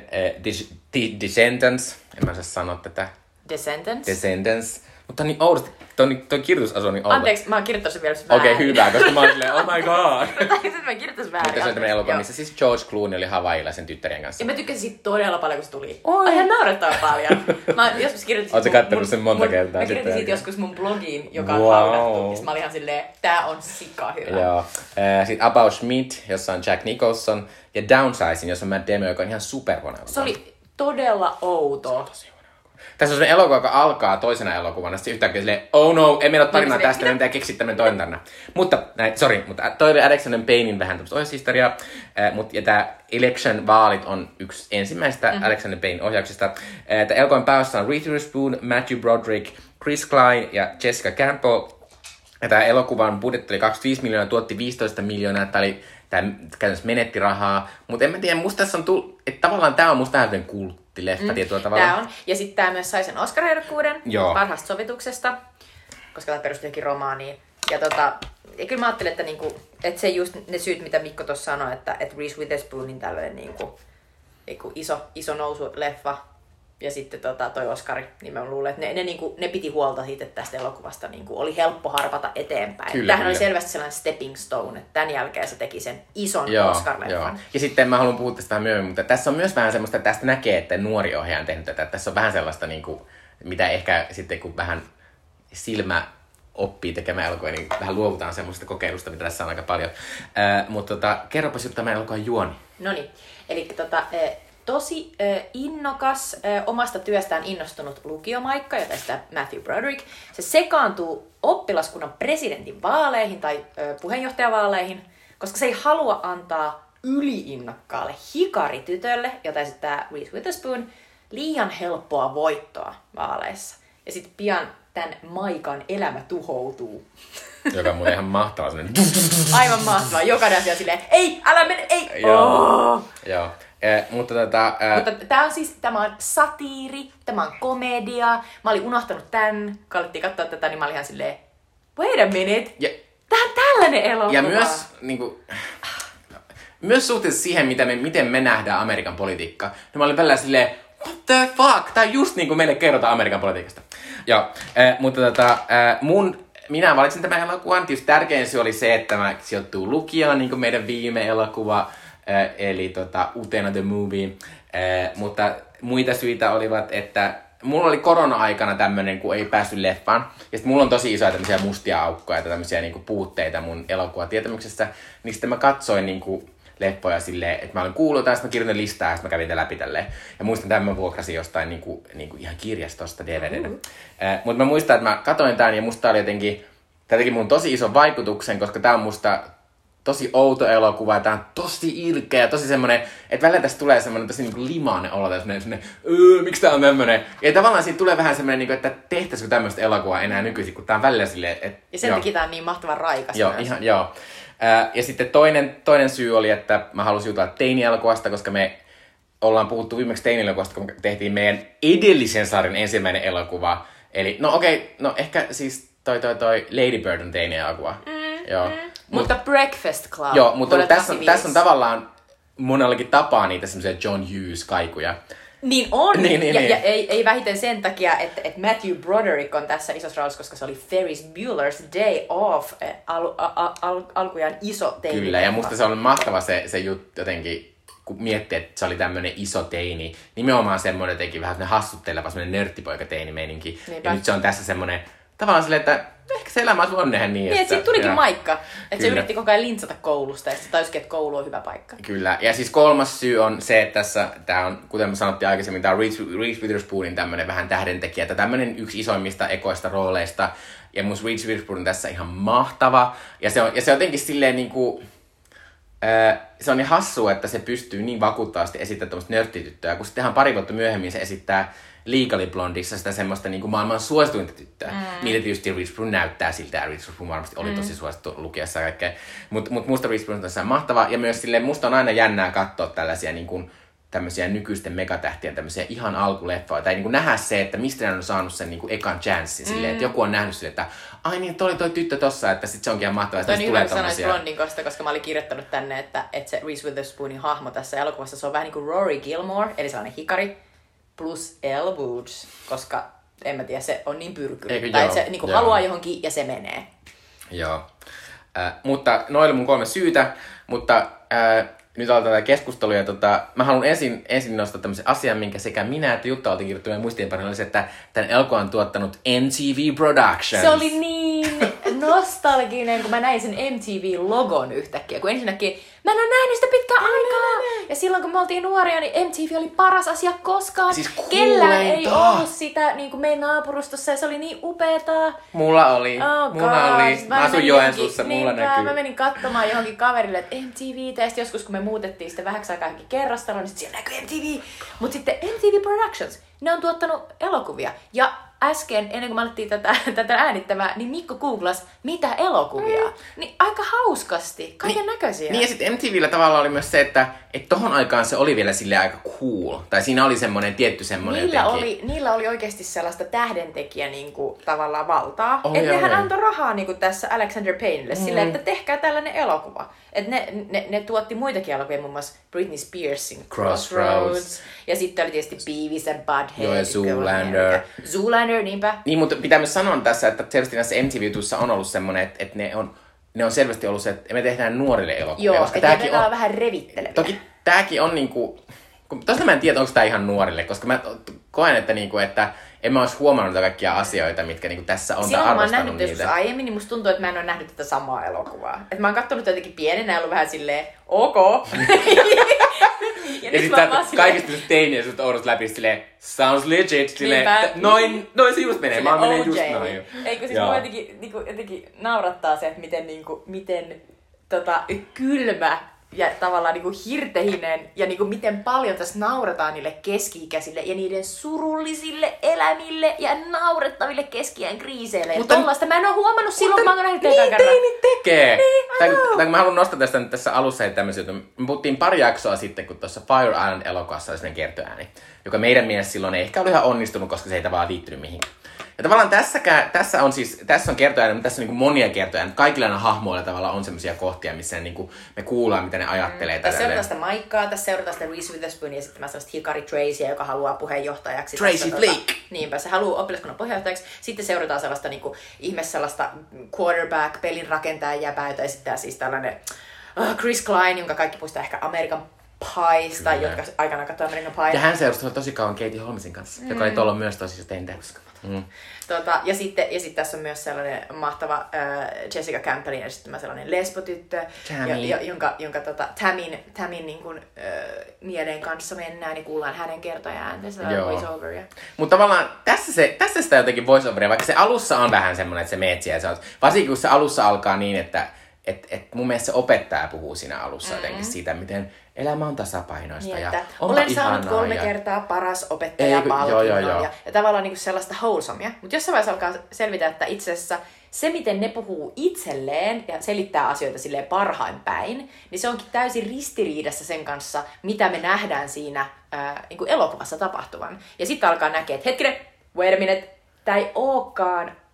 äh, Descendants, en mä saa sanoa tätä. Descendants? Descendants. Mutta niin oudosti, toi, toi kirjoitusasu on niin oudo. Anteeksi, mä oon kirjoittanut vielä väärin. Okei, okay, hyvä, koska mä oon silleen, oh my god. Tai sitten mä kirjoittasin väärin. Mutta se oli tämmönen elokuva, missä siis George Clooney oli Havaijilla sen tyttärien kanssa. Ja mä tykkäsin siitä todella paljon, kun se tuli. Oi. Ihan naurettava paljon. Mä joskus kirjoitin... Ootko kattonut sen monta kertaa? Mä kirjoitin siitä joskus mun blogiin, joka on wow. haudattu. Ja mä olin ihan silleen, tää on sika hyvä. Joo. Sitten About Schmidt, jossa on Jack Nicholson. Ja Downsizing, jossa on Matt Damon, joka on ihan superhuono elokuva. Se oli todella outo. Tässä on sellainen elokuva, joka alkaa toisena elokuvana, sitten yhtäkkiä silleen, oh no, ei meillä ole tarinaa tästä, meidän pitää keksiä tämmöinen toinen tarina. Mutta, näin, sorry, mutta toi oli Alexander Paynein vähän tämmöistä ohjaushistoriaa, äh, mutta ja tää Election-vaalit on yksi ensimmäistä mm-hmm. Alexander Payne ohjauksista. Äh, tää elokuvan pääossa on Reese Witherspoon, Matthew Broderick, Chris Klein ja Jessica Campbell. Ja tää elokuvan budjetti oli kaksikymmentäviisi miljoonaa, tuotti viisitoista miljoonaa, tää oli, tää käytännössä menetti rahaa. Mutta en mä tiedä, musta tässä on tullut, että tavallaan tää on musta vähän kultti. Leffa mm, tietyllä tavalla. Tää on. Ja sitten tää myös sai sen Oscar-ehdokkuuden parhaasta sovituksesta, koska tää perustui johonkin romaaniin. Ja, tota, ja kyllä mä ajattelin, että, niinku, että se just ne syyt, mitä Mikko tuossa sanoi, että, että Reese Witherspoonin tällainen niinku, niinku iso, iso nousu leffa ja sitten tota, toi Oscari, niin mä luulen, että ne, ne, niinku, ne piti huolta siitä, että tästä elokuvasta niinku, oli helppo harpata eteenpäin. Kyllä, Tämähän kyllä. oli selvästi sellainen stepping stone, että tämän jälkeen se teki sen ison joo, Oscar-leffan. Joo. Ja sitten mä haluan puhua tästä vähän myöhemmin, mutta tässä on myös vähän semmoista, että tästä näkee, että nuori ohjaaja on tehnyt tätä. Että tässä on vähän sellaista, niin kuin, mitä ehkä sitten kun vähän silmä oppii tekemään elokuvia, niin vähän luovutaan semmoista kokeilusta, mitä tässä on aika paljon. Äh, mutta tota, kerropas juttu tämän elokuvan juoni. Noniin, eli tota... Eh, Tosi äh, innokas, äh, omasta työstään innostunut lukiomaikka, jota sitä Matthew Broderick. Se sekaantuu oppilaskunnan presidentin vaaleihin tai äh, puheenjohtajavaaleihin, koska se ei halua antaa yliinnokkaalle hikaritytölle, jota esittää Reese Witherspoon, liian helppoa voittoa vaaleissa. Ja sitten pian tämän Maikan elämä tuhoutuu. Joka on mulle ihan mahtava sellainen... Aivan mahtavaa. Jokainen asia silleen, ei, älä mene, ei! Joo. Oh! Joo. Eh, mutta tota, eh... mutta tää on siis, tämä on satiiri, tämä on komedia. Mä olin unohtanut tän, kun alettiin katsoa tätä, niin mä olin ihan silleen, wait a minute, ja, tää on tällainen elokuva. Ja myös, niinku, myös suhteessa siihen, mitä me, miten me nähdään Amerikan politiikkaa, niin mä olin välillä silleen, what the fuck, tää on just niin kuin meille kerrotaan Amerikan politiikasta. Joo, eh, mutta tota, eh, mun... Minä valitsin tämän elokuvan. Tietysti tärkein syy oli se, että tämä sijoittuu lukioon, niin kuin meidän viime elokuva, äh, eli tota, Utena the Movie. Äh, mutta muita syitä olivat, että mulla oli korona-aikana tämmönen, kun ei päässyt leffaan. Ja sitten mulla on tosi isoja tämmöisiä mustia aukkoja ja tämmöisiä niin kuin puutteita mun elokuvatietämyksessä. Niin sitten mä katsoin niin kuin leffoja silleen, että mä olin kuullut, ja sitten mä kirjoitin listaa, ja sitten mä kävin tämän läpi tälleen. Ja muistan, että mä vuokrasin jostain niinku, niinku ihan kirjastosta D V D:nä. Mm-hmm. Äh, mutta mä muistan, että mä katoin tämän, ja musta oli jotenkin, tää teki mun tosi ison vaikutuksen, koska tää on musta tosi outo elokuva, ja tää on tosi ilkeä, ja tosi semmonen, että välillä tästä tulee semmonen tosi niinku limainen olo, tai semmonen, semmonen öö, miksi tää on tämmönen? Ja tavallaan siitä tulee vähän semmonen, niinku, että tehtäisikö tämmöistä elokuvaa enää nykyisin, kun tää on välillä silleen, että... Ja sen takia tää on niin mahtavan raikas joo, myös. Ihan, joo. Ja sitten toinen, toinen syy oli, että mä halusin jutella teini-elokuvasta, koska me ollaan puhuttu viimeksi teini-elokuvasta, kun tehtiin meidän edellisen sarjan ensimmäinen elokuva. Eli, no okei, okay, no ehkä siis toi toi toi Lady Bird on teini-elokuva. Mm, joo. Mm. Mut, mutta Breakfast Club. Joo, mutta tässä on, tässä on tavallaan monellakin tapaa niitä semmoisia John Hughes-kaikuja. Niin on, niin, niin, ja, niin. ja ei, ei vähiten sen takia, että, että Matthew Broderick on tässä isossa roolissa, koska se oli Ferris Bueller's Day Off, al, al, al, alkujaan iso teini. Kyllä, ja musta se on mahtava se, se juttu jotenkin, kun miettii, että se oli tämmönen iso teini, nimenomaan semmoinen jotenkin vähän hassutteleva, semmoinen nörttipoika-teini-meininki. Ja nyt se on tässä semmoinen, tavallaan silleen, että ehkä se elämä olisi onneen niin. Niin, että siitä tulikin ja, maikka. Että se yritti koko ajan lintsata koulusta, ja se tajusikin, että koulu on hyvä paikka. Kyllä, ja siis kolmas syy on se, että tässä, tää on, kuten me sanottiin aikaisemmin, tämä on Reese, Reese Witherspoonin tämmönen vähän tähdentekijä, että tämmönen yksi isoimmista ekoista rooleista, ja mun Reese Witherspoon on tässä ihan mahtava, ja se on, ja se on jotenkin silleen niinku, ää, se on niin hassua, että se pystyy niin vakuuttavasti esittämään tämmöistä nörttityttöä, kun sittenhän pari vuotta myöhemmin se esittää Legally Blondissa sitä semmoista niin kuin maailman suosituinta tyttöä. Mm. Millä tietysti Reese Witherspoon näyttää siltä, ja Reese Witherspoon varmasti oli mm. tosi suosittu lukiessa ja kaikkea. Mutta mut musta Reese Witherspoon on tässä mahtava, ja myös silleen, musta on aina jännää katsoa tällaisia niin kuin, tämmöisiä nykyisten megatähtien tämmöisiä ihan alkuleffoja, tai niin kuin nähdä se, että mistä ne on saanut sen niin kuin ekan chanssin, silleen, mm. että joku on nähnyt silleen, että ai niin, toi, toi tyttö tossa, että sit se onkin ihan mahtavaa, että toi tulee niin tommosia. Blondin kosta, koska mä olin kirjoittanut tänne, että, että se Reese Witherspoonin hahmo tässä elokuvassa, se on vähän niin kuin Rory Gilmore, eli sellainen hikari, plus Elle Woods, koska en mä tiedä, se on niin pyrkynyt. Tai se niin kuin haluaa johonkin ja se menee. Joo. Äh, mutta noille mun kolme syytä, mutta äh, nyt aloitetaan tätä keskustelua. Ja tota, mä haluan ensin, ensin nostaa tämmöisen asian, minkä sekä minä että Jutta oltiin kirjoittanut muistiinpanoilla, oli se, että tämän elokuvan on tuottanut M T V Productions. Se oli niin nostalginen, kun mä näin sen M T V-logon yhtäkkiä. Kun ensinnäkin, mä en ole nähnyt sitä pitkään aikaa. Ja silloin kun me oltiin nuoria, niin M T V oli paras asia koskaan. Siis kellään ei ollut sitä niin kuin meidän naapurustossa ja se oli niin upeeta. Mulla oli. Oh, mulla oli. Mä, mä asun Joensuussa, mulla niinpä, näkyy. Mä menin katsomaan johonkin kaverille, että M T V, ja joskus kun me muutettiin sitten vähäksi aikaa johonkin kerrostaloon, niin sitten siellä näkyy M T V. Mut sitten M T V Productions, ne on tuottanut elokuvia. Ja äsken, ennen kuin me alettiin tätä, tätä äänittämään, niin Mikko googlasi, mitä elokuvia. Mm. Niin aika hauskasti, kaiken näköisiä. Niin ja sitten M T V:llä tavallaan oli myös se, että et tohon aikaan se oli vielä silleen aika cool. Tai siinä oli semmoinen tietty semmoinen niillä jotenkin. oli, niillä oli oikeasti sellaista tähdentekijä niinku, tavallaan valtaa. Oli, että nehän oli. antoi rahaa niinku, tässä Alexander Paynelle mm. silleen, että tehkää tällainen elokuva. Että ne, ne, ne tuotti muitakin elokuvia, muun muassa Britney Spearsin Crossroads. Crossroads. Ja sitten oli tietysti Beavis and Butthead. Joo, ja Zoolander. Zoolander, niinpä. Niin, mutta pitää myös sanoa tässä, että selvästi näissä M T V-jutuissa on ollut semmoinen, että, että ne, on, ne on selvästi ollut se, että me tehdään nuorille elokuvia. Joo, koska että ne on vähän revitteleviä. Toki tääkin on niinku, tosta mä en tiedä, onko tää ihan nuorille, koska mä koen, että, niinku, että en mä ois huomannut niitä kaikkia asioita, mitkä niinku tässä on, tai arvostanut niitä. Silloin mä oon nähnyt joskus aiemmin, niin musta tuntuu, että mä en ole nähnyt tätä samaa elokuvaa. Että mä oon kattonut jotenkin pienenä ja ollut vähän silleen, ok. Ja, ja sit sä kaikista pystyt teiniä sut oudot läpi silleen, sounds legit, silleen, noin, noin se just menee, mä menee just noin. Eikö siis mua jotenkin, niinku, jotenkin naurattaa se, että miten, niinku, miten tota, kylmä ja tavallaan niinku hirtehinen ja niinku miten paljon tässä naurataan niille keski-ikäisille ja niiden surullisille elämille ja naurettaville keski-iän kriiseille. Mutta tollaista mä en oo huomannut silloin, kun mä oon nähnyt niin ekan kerran. Niin tekee! Niin, tai, tai mä haluan nostaa tästä nyt tässä alussa tämmöisiä, että me puhuttiin pari jaksoa sitten, kun tuossa Fire Island-elokuvassa oli sellainen kertoääni, joka meidän mielestä silloin ei ehkä ollut ihan onnistunut, koska se ei tavallaan liittynyt mihinkään. Ja tavallaan tässäkään, tässä on siis, tässä on kertoja, mutta tässä on niin monia kertoja. Kaikilla aina hahmoilla tavallaan on semmoisia kohtia, missä niin kuin me kuullaan, mitä ne ajattelee. Mm. Tässä seurataan sitä Maikkaa, tässä seurataan sitä Reese Witherspoonia ja sitten mä sellaista hikari Tracyä, joka haluaa puheenjohtajaksi. Tracy tässä, Flick! Tota, niinpä, se haluaa oppilaskunnan puheenjohtajaksi. Sitten seurataan sellaista niin kuin, ihme sellaista quarterback, pelin rakentajan jäbäytä ja sitten siis tällainen uh, Chris Klein, jonka kaikki muistaa ehkä American Piesta, jotka aikanaan katsoi American Pie. Ja hän seurasi tosi kauan Katie Holmesin kanssa, mm. joka oli tuolla myös tosi tein mm. tota, ja, sitten, ja sitten tässä on myös sellainen mahtava äh, Jessica Campbellin esittämä sellainen lesbotyttö, jo, jo, jonka, jonka tota, Tamin, Tamin niin kun, äh, mieleen kanssa mennään, niin kuullaan hänen kertoja-ääntä, voice-overia. Mutta tavallaan tässä, se, tässä sitä jotenkin voice-overia, vaikka se alussa on vähän semmoinen, että se meet siellä, se on, varsinkin kun se alussa alkaa niin, että et, et mun mielestä se opettaja puhuu siinä alussa mm-hmm. jotenkin siitä, miten elämä on tasapainoista niin, ja olen saanut kolme ja kertaa paras opettaja palkinnon ja, ja tavallaan niinku sellaista wholesomea. Mutta jossain vaiheessa alkaa selvitä, että itse asiassa se, miten ne puhuu itselleen ja selittää asioita silleen parhain päin, niin se onkin täysin ristiriidassa sen kanssa, mitä me nähdään siinä ää, niinku elokuvassa tapahtuvan. Ja sitten alkaa näkee, että hetkinen, wait a minute, tää ei ookaan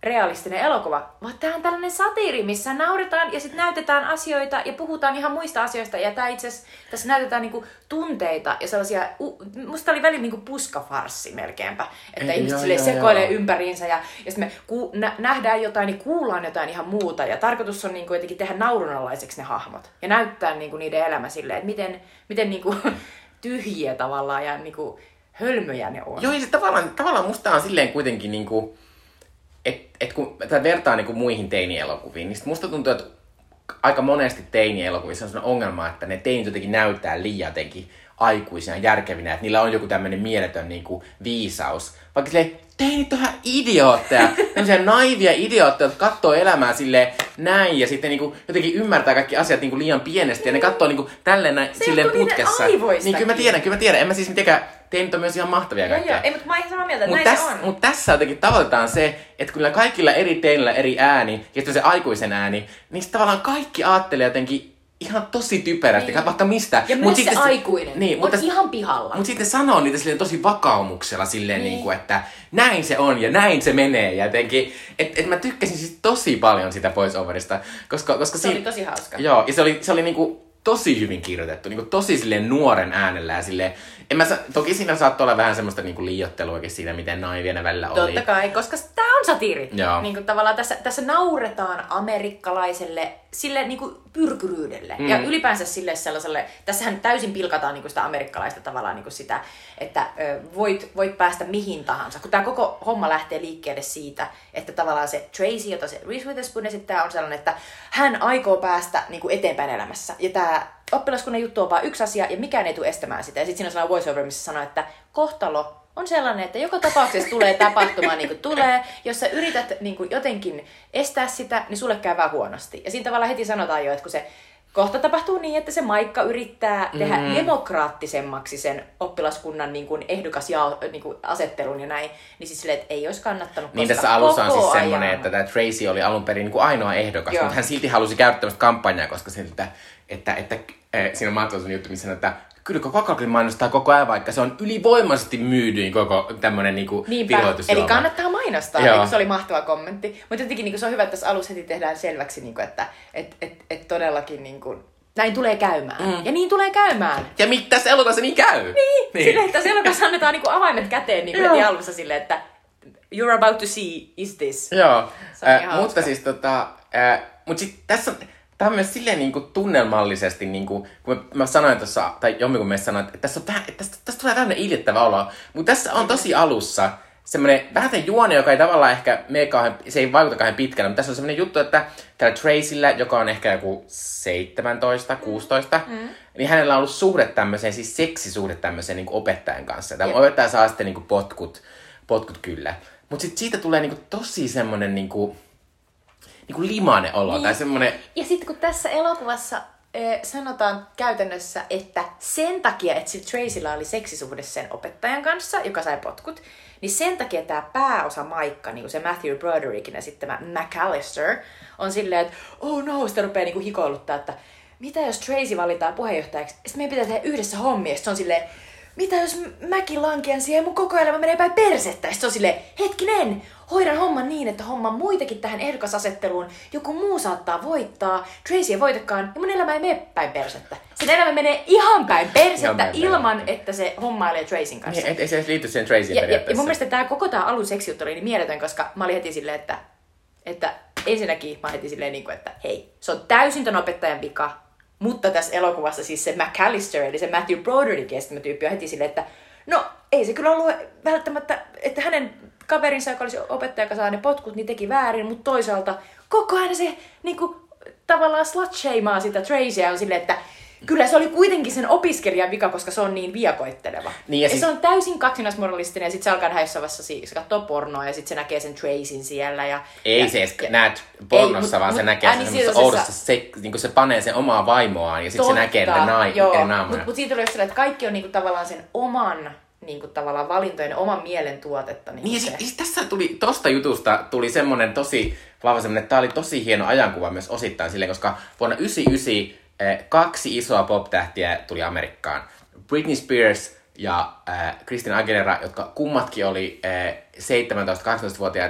realistinen elokuva, vaan tää on tällainen satiiri, missä nauretaan ja sitten näytetään asioita ja puhutaan ihan muista asioista. Ja tää itse asiassa, tässä näytetään niinku tunteita ja sellaisia, musta oli välillä niinku puskafarssi melkeinpä, että Ei, ihmiset joo, silleen joo, sekoilee joo. ympäriinsä ja, ja sitten me ku, nä, nähdään jotain, niin kuullaan jotain ihan muuta. Ja tarkoitus on niinku jotenkin tehdä naurunalaiseksi ne hahmot ja näyttää niinku niiden elämä silleen, että miten, miten niinku tyhjiä tavallaan ja niinku hölmöjä ne on. Joo, ja se tavallaan, tavallaan musta on silleen kuitenkin niinku, että et kun tätä vertaa niinku muihin teinielokuviin, niin sit musta tuntuu, että aika monesti teinielokuvissa on sellainen ongelma, että ne teinit jotenkin näyttää liian jotenkin aikuisina, järkevinä, että niillä on joku tämmöinen mieletön niinku viisaus. Vaikka silleen, teinit on ihan idiootteja, tämmöisiä naivia idiootteja, jotka katsoo elämää silleen näin ja sitten niinku jotenkin ymmärtää kaikki asiat niinku liian pienesti ja ne katsoo niinku tälleen näin, Se silleen johtuu niiden putkessa. aivoistakin. Niin kyllä mä tiedän, kyllä mä tiedän. En mä siis mitenkään, teinit on myös ihan mahtavia Joo, kaikkea. joo. Ei, mutta mä oon ihan samaa mieltä, että Mutta näin täs, se on. mut tässä jotenkin tavoitetaan se, että kyllä kaikilla eri teinillä eri ääni, ja sitten se aikuisen ääni, niin sit tavallaan kaikki ajattelee jotenkin ihan tosi typerästi, niin. Vaikka mistä. Ja mut myös sitten se aikuinen niin, on mutta, ihan pihalla. Mutta sitten sanoo niitä silleen tosi vakaumuksella silleen, Niin. niin. Niin että näin se on ja näin se menee. Ja jotenkin, että et mä tykkäsin siis tosi paljon sitä voice-overista. Koska, koska Se siinä, oli tosi hauska. Joo, ja se oli, se oli niinku tosi hyvin kirjoitettu, niinku tosi silleen nuoren äänellä ja silleen, en mä, sa- toki siinä saattoi olla vähän semmoista niinku liioitteluakin siinä, miten naivia ne välillä oli. Totta kai, koska tää on satiiri. Joo. Niin kuin tavallaan tässä, tässä nauretaan amerikkalaiselle sille niin kuin pyrkyryydelle. Mm. Ja ylipäänsä sille sellaiselle, tässähän täysin pilkataan niin kuin sitä amerikkalaista tavallaan niin kuin sitä, että ö, voit, voit päästä mihin tahansa. Kun tää koko homma lähtee liikkeelle siitä, että tavallaan se Tracy, jota se Reese Witherspoon esittää, on sellainen, että hän aikoo päästä niin kuin eteenpäin elämässä. Ja tää oppilaskunnan juttu on vaan yksi asia ja mikään ei tule estämään sitä. Ja sitten siinä on sellainen voiceover, missä sanoo, että kohtalo on sellainen, että joka tapauksessa tulee tapahtumaan niin kuin tulee. Jos sä yrität niin kuin jotenkin estää sitä, niin sulle käy vähän huonosti. Ja siinä tavallaan heti sanotaan jo, että kun se kohta tapahtuu niin, että se Maikka yrittää tehdä mm. demokraattisemmaksi sen oppilaskunnan niin kuin ehdokas ja niin kuin asettelun ja näin, niin siis silleen, että ei olisi kannattanut. Niin tässä alussa on siis semmoinen, ajan. että tämä Tracy oli alun perin niin kuin ainoa ehdokas, Joo. mutta hän silti halusi käydä tämmöistä kampanjaa, koska se, että, että, että, että siinä on mahtavasti juttu, missä sanoo, että kyllä Coca-Cola mainostaa koko ajan, vaikka se on ylivoimaisesti myydyin koko tämmöinen niinku virvoitusjuoma. Eli kannattaa mainostaa, Joo. niin se oli mahtava kommentti. Mutta jotenkin niin se on hyvä, että tässä alussa heti tehdään selväksi, niin kuin, että et, et, et todellakin niin kuin, näin tulee käymään. Mm. Ja niin tulee käymään. Ja mit, tässä elokuvassa niin käy. Niin, niin. Silleen, että tässä elokuvassa annetaan niin kuin avaimet käteen niin kuin heti alussa silleen, että you're about to see is this. Joo, Se on äh, ihan mutta hauska. siis tota, äh, mut sit tässä on, tää on myös silleen niinku tunnelmallisesti, niinku, kun mä, mä sanoin tuossa, tai jommikin mielestä sanoin, että tässä, on vähän, että tästä, tästä tulee tämmönen iljettävä olo, mutta tässä on tosi alussa semmoinen vähän tämän juone, joka ei tavallaan ehkä mene kauhean, se ei vaikuta kauhean pitkälle, mutta tässä on semmoinen juttu, että täällä Tracyllä, joka on ehkä joku seitsemäntoista kuusitoista, mm. niin hänellä on ollut suhde tämmöiseen, siis seksisuhde tämmöiseen niin kuin opettajan kanssa. Tämä opettaja saa sitten niin kuin potkut, potkut kyllä. Mutta sitten siitä tulee niin kuin tosi semmoinen niin kuin, niin kuin limainen olo, niin. Tai semmoinen... Ja sitten kun tässä elokuvassa eh, sanotaan käytännössä, että sen takia, että sillä Tracylla oli seksisuhde sen opettajan kanssa, joka sai potkut, niin sen takia tämä pääosa Maikka, niin kuin se Matthew Broderickin esittämä McAllister, on silleen, että oh no, sitten rupeaa niin kuin hikoiluttaa, että mitä jos Tracy valitaan puheenjohtajaksi, sitten meidän pitää tehdä yhdessä hommia, sitten se on silleen, mitä jos mäkin lankean siihen, mun koko elämä menee päin persettä, sitten se on silleen, hetkinen, hoidan homman niin, että homman muitakin tähän ehdokasasetteluun, joku muu saattaa voittaa, Tracy ei voitakaan, ja mun elämä ei mene päin persettä. Sen elämä menee ihan päin persettä Ihan päin ilman, persettä. että se hommailee Tracyn kanssa. Niin, ei se edes liity siihen Tracyin Ja, ja, periaatteessa. ja mun mielestä tää koko tää alun seksijuttu oli niin mieletön, koska mä olin heti silleen, että, että ensinnäkin mä olin heti silleen, niin kuin, että hei, se on täysin ton opettajan vika, mutta tässä elokuvassa siis se McAllister, eli se Matthew Broderick tyyppi on heti silleen, että no ei se kyllä ollut välttämättä, että hänen kaverinsa, joka olisi opettaja, joka saa ne potkut, niin teki väärin, mutta toisaalta koko ajan se niin kuin, tavallaan slut-shamaa sitä Tracyä on silleen, että kyllä se oli kuitenkin sen opiskelijan vika, koska se on niin viekoitteleva. Niin ja ja sit- se on täysin kaksinaismoralistinen ja sitten se alkaa nähdä jossain vaiheessa, si- se katsoo pornoa ja sitten se näkee sen Tracyn siellä. Ja, Ei ja, se edes ja- näe pornossa, Ei, vaan mut- se mut- näkee ää, sen niin semmoisessa siinä oudossa, se, niin se panee sen omaa vaimoaan ja sitten se näkee niitä nai, eri naamoja. Mutta mut siitä tulee just sellainen, että kaikki on niinku tavallaan sen oman niinku tavallaan valintojen, oman mielen tuotetta. Niinku Niin ja se. sit, sit tässä tuli, tosta jutusta tuli semmonen tosi vahva semmonen, että tää oli tosi hieno ajankuva myös osittain silleen, koska vuonna yhdeksänkymmentäyhdeksän eh, kaksi isoa pop-tähtiä tuli Amerikkaan. Britney Spears ja äh, Christina Aguilera, jotka kummatkin oli äh, seitsemäntoista-kahdeksantoista-vuotiaita.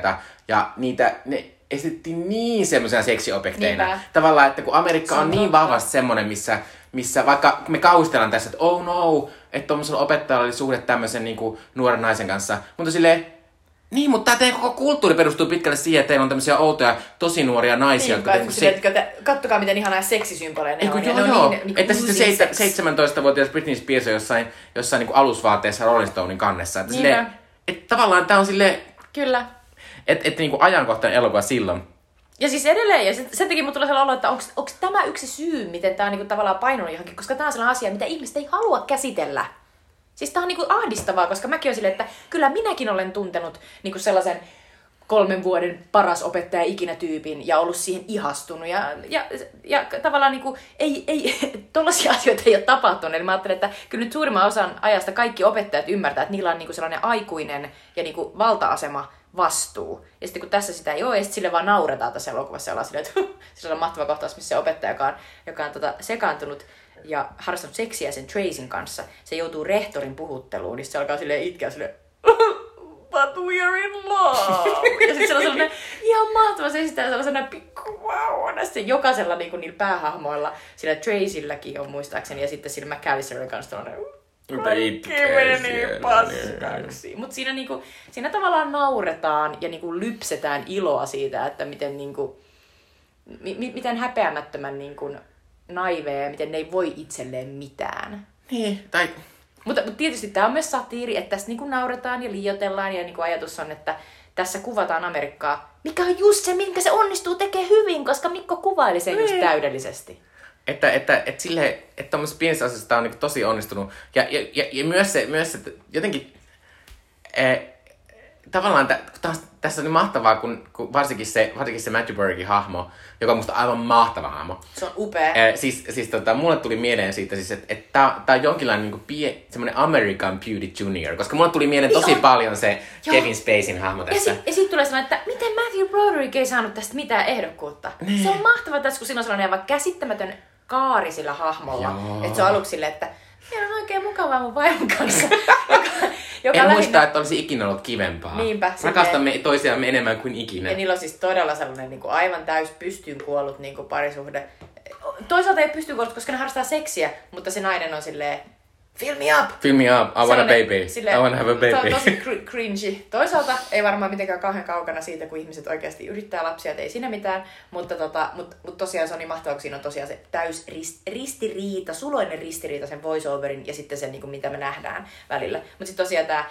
Ja niitä, ne esitettiin niin semmoisena seksiobjekteina. Niinpä. Tavallaan, että kun Amerikka Se on, on niin totta. vahvasti semmoinen, missä, missä vaikka me kaustellaan tässä, että oh no, että tuommoisella opettajalla oli suhde tämmöisen niin kuin nuoren naisen kanssa. Mutta silleen, niin, mutta tämä teidän koko kulttuuri perustuu pitkälle siihen, että teillä on tämmöisiä outoja, tosi nuoria naisia. Niinpä, jotka kun se... silleen, että kattokaa miten ihanaa seksisymboleja ne Eiku, on. joo, ja ne joo. on niin, niin että sitten se sex. seitsemäntoistavuotias Britney Spears on jossain, jossain niin kuin alusvaatteessa Rolling Stonein kannessa. Että, Niinpä. silleen, että tavallaan tämä on silleen, Kyllä. että, että niin kuin ajankohtainen elokuva silloin. Ja siis edelleen, ja sen, sen takia mulla tulee sellainen olo, että onko tämä yksi syy, miten tämä on niinku tavallaan painunut johonkin, koska tämä on sellainen asia, mitä ihmiset ei halua käsitellä. Siis tämä on niinku ahdistavaa, koska mäkin olen silleen, että kyllä minäkin olen tuntenut niinku sellaisen kolmen vuoden paras opettaja ikinä tyypin ja ollut siihen ihastunut. Ja, ja, ja tavallaan niinku, ei, ei, tollaisia asioita ei ole tapahtunut. Eli mä ajattelen, että kyllä nyt suurimman osan ajasta kaikki opettajat ymmärtää, että niillä on niinku sellainen aikuinen ja niinku valta-asema vastuu. Ja sitten kun tässä sitä ei ole, ja sitten sille vaan nauretaan tässä elokuvassa. Ollaan silleen, että sillä on mahtava kohtaus, missä se opettaja, joka on, joka on tota, sekaantunut ja harrastanut seksiä sen Tracyn kanssa, se joutuu rehtorin puhutteluun, niin se alkaa silleen itkeä silleen, but we are in love. Ja sitten se on sellainen ihan mahtava, se esittää sellaisena pikkuvauvana. Sitten jokaisella niinku, niillä päähahmoilla, sillä Tracylläkin on muistaakseni, ja sitten sillä McAllisterin kanssa on kaikki meni paskaksi. Mutta siinä, niinku, siinä tavallaan nauretaan ja niinku lypsetään iloa siitä, että miten, niinku, mi- miten häpeämättömän niinku, naiveja ja miten ne ei voi itselleen mitään. Niin, tai... Mutta, mutta tietysti tämä on myös satiiri, että tässä niinku nauretaan ja liioitellaan ja niinku ajatus on, että tässä kuvataan Amerikkaa, mikä on just se, minkä se onnistuu tekemään hyvin, koska Mikko kuvaili sen just täydellisesti. Että, että, että silleen, että tommosessa pienessä asiassa tää on niin tosi onnistunut. Ja, ja, ja, ja myös se, myös se jotenkin, eh, tavallaan tä, taas, tässä on niin mahtavaa, kun, kun varsinkin, se, varsinkin se Matthew Broderikin hahmo, joka on musta aivan mahtava hahmo. Se on upea. Eh, siis siis tota, mulle tuli mieleen siitä, siis, että et tää, tää on jonkinlainen niin pie, semmoinen American Beauty Junior, koska mulle tuli mieleen tosi Ihan. paljon se Joo. Kevin Spaceyn hahmo Ja tässä. sitten sit tulee sellainen, että miten Matthew Broderick ei saanut tästä mitään ehdokkuutta. Niin. Se on mahtavaa tässä, kun siinä on sellainen aivan käsittämätön kaari sillä hahmolla. Joo. Että se on aluksi silleen, että meillä on oikein mukavaa mun vaimon kanssa. joka, joka En lähinnä... muista, että olisi ikinä ollut kivempaa. Niinpä, Rakastamme toisiamme enemmän kuin ikinä. Ja niillä on siis todella sellainen niin kuin aivan täys pystyyn kuollut niin kuin parisuhde. Toisaalta ei pystyyn kuollut, koska ne harrastaa seksiä, mutta se nainen on silleen, fill me up! Fill me up, I want a Sellainen baby. silleen- I want to have a Se on baby. tosi cr- cringy. Toisaalta ei varmaan mitenkään kauhean kaukana siitä, kun ihmiset oikeasti yrittää lapsia, että ei siinä mitään. Mutta tota, mut, mut tosiaan se on niin mahtavaa, kun siinä on tosiaan se täys rist, ristiriita, suloinen ristiriita sen voiceoverin ja sitten sen, niin kuin, mitä me nähdään välillä. Mutta sitten tosiaan tämä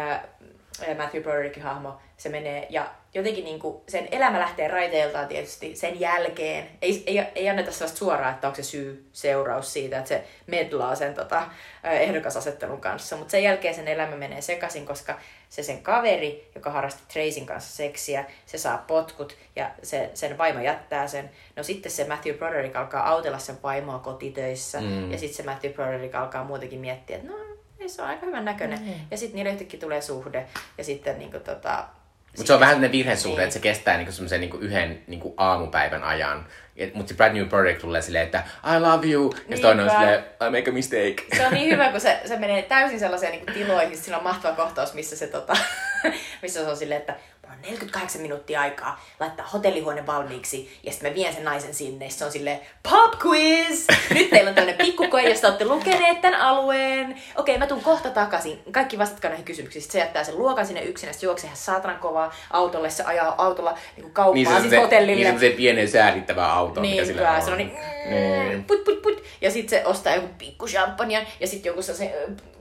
Matthew Broderickin hahmo, se menee ja jotenkin niin kuin, sen elämä lähtee raiteiltaan tietysti sen jälkeen. Ei, ei, ei anneta sellaista suoraa, että onko se syy, seuraus siitä, että se medlaa sen tota, ehdokasasettelun kanssa. Mutta sen jälkeen sen elämä menee sekaisin, koska se sen kaveri, joka harrasti Tracyn kanssa seksiä, se saa potkut ja se, sen vaimo jättää sen. No sitten se Matthew Broderick alkaa autella sen vaimoa kotitöissä mm. ja sitten se Matthew Broderick alkaa muutenkin miettiä, että no ei, se on aika hyvän näköinen. Mm. Ja sitten niille yhtäkkiä tulee suhde ja sitten niinku tota... Mutta se on vähän sellainen virhesuhde, niin. Että se kestää niinku semmoisen niinku yhden niinku aamupäivän ajan. Mutta se Brad New Broderick tulee silleen, että I love you. Ja toinen on silleen, I make a mistake. Se on niin hyvä, kun se, se menee täysin sellaiseen niinku tiloihin. Siinä on mahtava kohtaus, missä se, tota, missä se on silleen, että mulla on neljäkymmentäkahdeksan minuuttia aikaa laittaa hotellihuone valmiiksi. Ja sitten mä vien sen naisen sinne. Se on silleen, pop quiz! Nyt teillä on tämmönen pikkukoe, josta olette lukeneet tämän alueen. Okei, mä tuun kohta takaisin. Kaikki vastatkaa näihin kysymyksiin. Sitten se jättää sen luokan sinne yksin. Ja se juoksee ihan saatanan kovaa autolle. Se ajaa autolla niin kauppaan, niin siis hotellille. Niin semmoisen pienen säädittävää autoa, niin, mikä sillä on. Se on niin, niin. put, put, put. Ja sitten se ostaa joku pikku champagnea ja sitten joku se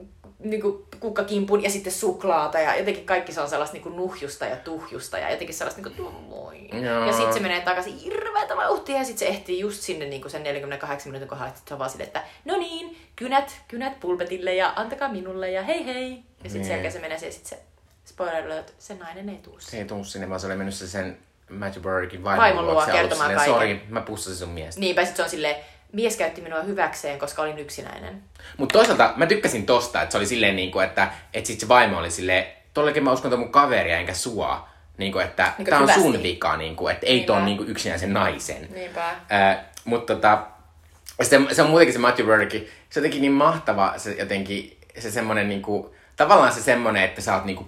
niinku kukkakimpun ja sitten suklaata ja jotenkin kaikki se on sellaista niinku nuhjusta ja tuhjusta ja jotenkin sellaista niinku moi. Joo. Ja sitten se menee takaisin hirveätä vauhtia ja sitten se ehtii just sinne niinku sen neljänkymmenenkahdeksan minuutin kohdalla, että se on vaan silleen, että no niin, kynät, kynät pulpetille ja antakaa minulle ja hei hei. Ja sitten niin. sen jälkeen se menee ja sitten se, spoiler alert, se nainen ei tuu se ei tuu sinne, vaan se oli mennyt se sen Matthew Broderickin vaimon vaimon luo luokse kertomaan alussa. kaiken. Sori, mä pussasin sun miestä. Niinpä sit se on silleen, mies käytti minua hyväkseen, koska olin yksinäinen. Mutta toisaalta mä tykkäsin tosta, että se oli silleen niinku, että et sit se vaimo oli silleen, tollakin mä uskon mun kaveria enkä sua. Niinku, että Niinku tää on hyvästi. sun vika, niinku, että ei Niinpä. ton niinku yksinäisen naisen. Niinpä. Äh, mutta tota, se, se on muutenkin se Matthew Broderick, se jotenkin niin mahtava, se jotenkin, se semmonen niinku, tavallaan se semmonen, että sä oot niinku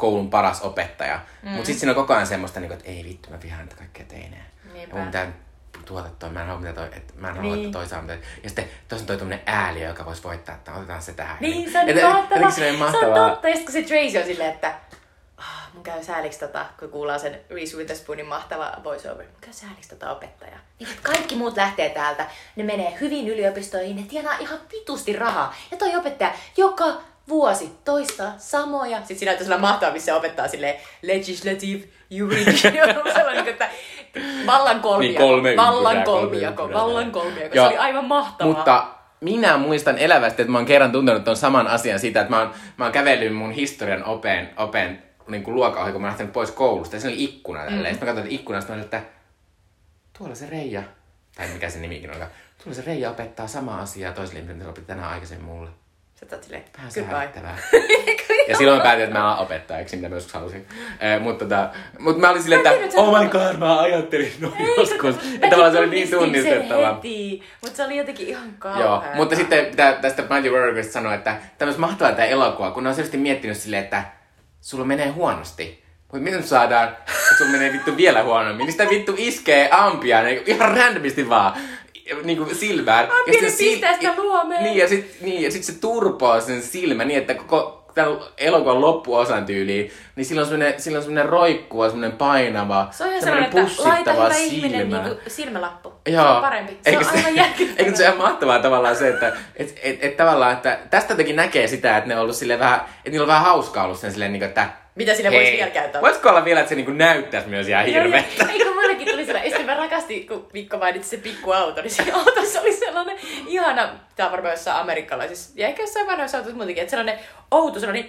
koulun paras opettaja. Mm. Mutta sitten siinä on koko ajan semmoista, niinku, että ei vittu, mä vihaan näitä kaikkea teinejä. Ja mun pitää tuota toi, mä en halua mitä toi, että mä en halua niin. toisaalta. Ja sitten tuossa on toi tommonen ääliö, joka voisi voittaa, että otetaan se tähän. Niin, se on et, mahtavaa. Se on totta. Ja sitten kun se Tracy on silleen, että oh, mun käy sääliksi tota, kun kuullaan sen Reese Witherspoonin mahtava voiceover. Mun käy sääliksi tota opettajaa. Niin, kaikki muut lähtee täältä. Ne menee hyvin yliopistoihin, ne tienaa ihan vitusti rahaa. Ja toi opettaja joka vuosi toistaa samoja. Sitten siinä on sellainen mahtava, missä se opettaa silleen legislative jurisdiction. Sellainen, että vallan kolmijako, niin vallan kolmijako, vallan kolmijako. Se oli aivan mahtavaa. Mutta minä muistan elävästi, että mä oon kerran tuntenut ton saman asian siitä, että mä oon, mä oon kävellyt mun historian opeen, opeen niin kuin luokan ohi, kun mä oon lähtenyt pois koulusta. Ja siinä oli ikkuna tälleen. Mm. Sitten mä katsoin ikkunasta, että tuolla se Reija, tai mikä se nimikin on, tuolla se Reija opettaa samaa asiaa toiselle ihmiselle, mitä se opetti tänään aikaisemmin mulle. Sä oot silleen, vähän sähättävää. Ja silloin mä päätin, että mä alan opettajaksi, mitä mä joskus halusin. Eh, mutta tota, mut mä olin silleen, että oh my god, mä ajattelin noin joskus. Että tavallaan se oli niin tunnistettava. Mutta se oli jotenkin ihan kauheaa. Joo, mutta sitten pitää tästä Mighty Warriorista sanoa, että tämmöis mahtavaa tää elokuva, kun ne on selvästi miettinyt silleen, että sulla menee huonosti. Mutta miten saadaan, että sulla menee vittu vielä huonommin? Niin sitä vittu iskee ampia niin ihan randomisti vaan. Niinku silmään. Ja sitten pistää sitä luomeen. Niin, ja sit, niin, ja sit se turpoo sen silmän niin, että koko tämän elokuvan loppuosan tyyliin, niin silloin on semmonen, silloin on semmonen roikkuva, semmonen painava, se on ihan semmonen, että laita hyvä ihminen niinku silmälappu. Joo. Se on parempi. Se eikö on aivan järkyttävää. Eikö se ihan mahtavaa tavallaan se, että et, et, et, tavallaan, että tästä jotenkin näkee sitä, että ne on ollut silleen vähän, että niillä on vähän hauskaa ollut sen silleen, että mitä sille voisi vielä käyttää? Voisiko olla vielä, että se niinku näyttäisi myös ihan hirveetä? Eikö mullekin tuli sellainen, ja sitten mä rakastin, kun Mikko mainitsi se pikkuauto, niin siinä autossa oli sellainen ihana, tää on varmaan jossain amerikkalaisissa, ja ehkä jossain vanhoissa autossa muutenkin, että sellainen outo, sellainen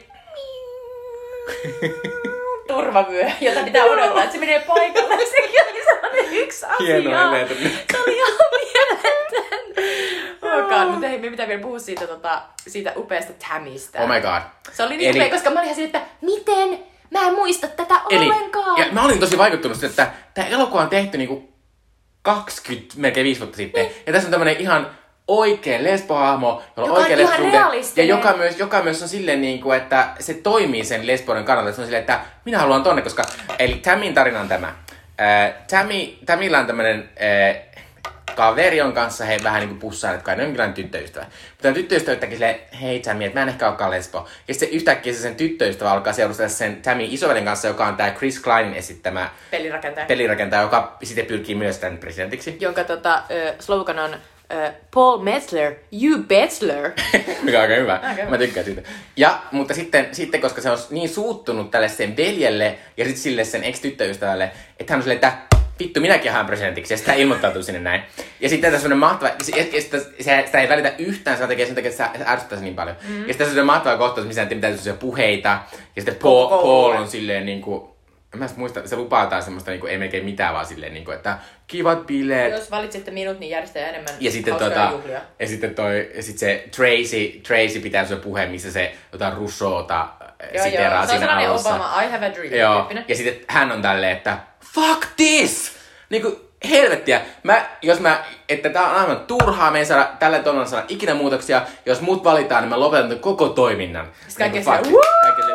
turvavyö, jota pitää odottaa, että se menee paikalle, ja sekin oli sellainen yksi asia. Hieno eleetön. Se oli ihan mieletön. Oh god, mutta hei, me pitää vielä puhua siitä, tota, siitä upeasta Tammystä. Oh my god. Se oli niin Eli... upea, koska mä olin ihan silleen, että miten? Mä en muista tätä Eli, ollenkaan. Ja mä olin tosi vaikuttunut, että tää elokuva on tehty niinku kaksikymmentä, melkein viisi vuotta sitten. Niin. Ja tässä on tämmönen ihan oikea lesbohahmo, jolla on oikea lesbosuhde. Ja joka myös, joka myös on silleen niinku, että se toimii sen lesboiden kannalta. Se on silleen, että minä haluan tonne, koska... Eli Tammyn tarina on tämä. Äh, Tammy, Tammylla on tämmönen... Äh, kaveri on kanssa he vähän niinku pussailet, kai ne on jonkinlainen tyttöystävä. Mutta on tyttöystävä yhtäkkiä silleen, hei Tammy, että mä en ehkä olekaan lesbo. Ja sitten yhtäkkiä se sen tyttöystävä alkaa seurustella sen Tammy isovelen kanssa, joka on tää Chris Kleinin esittämä pelirakentaja, pelirakentaja joka sitten pyrkii myös tämän presidentiksi. Jonka tota, uh, slogan on uh, Paul Metzler, you bachelor. Mikä on aika hyvä. Okay. Mä tykkään siitä. Ja, mutta sitten, sitten, koska se on niin suuttunut tälle sen veljelle ja sitten sille sen ex-tyttöystävälle, että hän on silleen, että vittu, minäkin haen presidentiksi, ja sitä ilmoittautuu sinne näin. Ja sitten tässä on mahtava, ja sitä, sitä, sitä ei välitä yhtään, se tekee sen takia, että se ärsyttää se niin paljon. Mm. Ja sitten tässä on mahtava kohtaus, missä ne pitää sellaisia puheita, ja sitten Paul, Paul on silleen niinku, en mä muista, se lupaa taas semmoista niinku, ei melkein mitään, vaan silleen niinku, että kivat bileet. Jos valitsette minut, niin järjestää enemmän ja sitten tota, juhlia. Ja sitten toi, ja sit se Tracy, Tracy pitää se puheen, missä se jotain Russoota siteraa siinä alussa. Se on Obama, I have a dream. Joo, ja sitten hän on tälleen, että fuck this! Niinku helvettiä. Mä, jos mä, että tää on aivan turhaa, me ei saada tällä tonalla saada ikinä muutoksia. Jos mut valitaan, niin mä lopetan koko toiminnan. Sitten kaikki niinku, se kaikille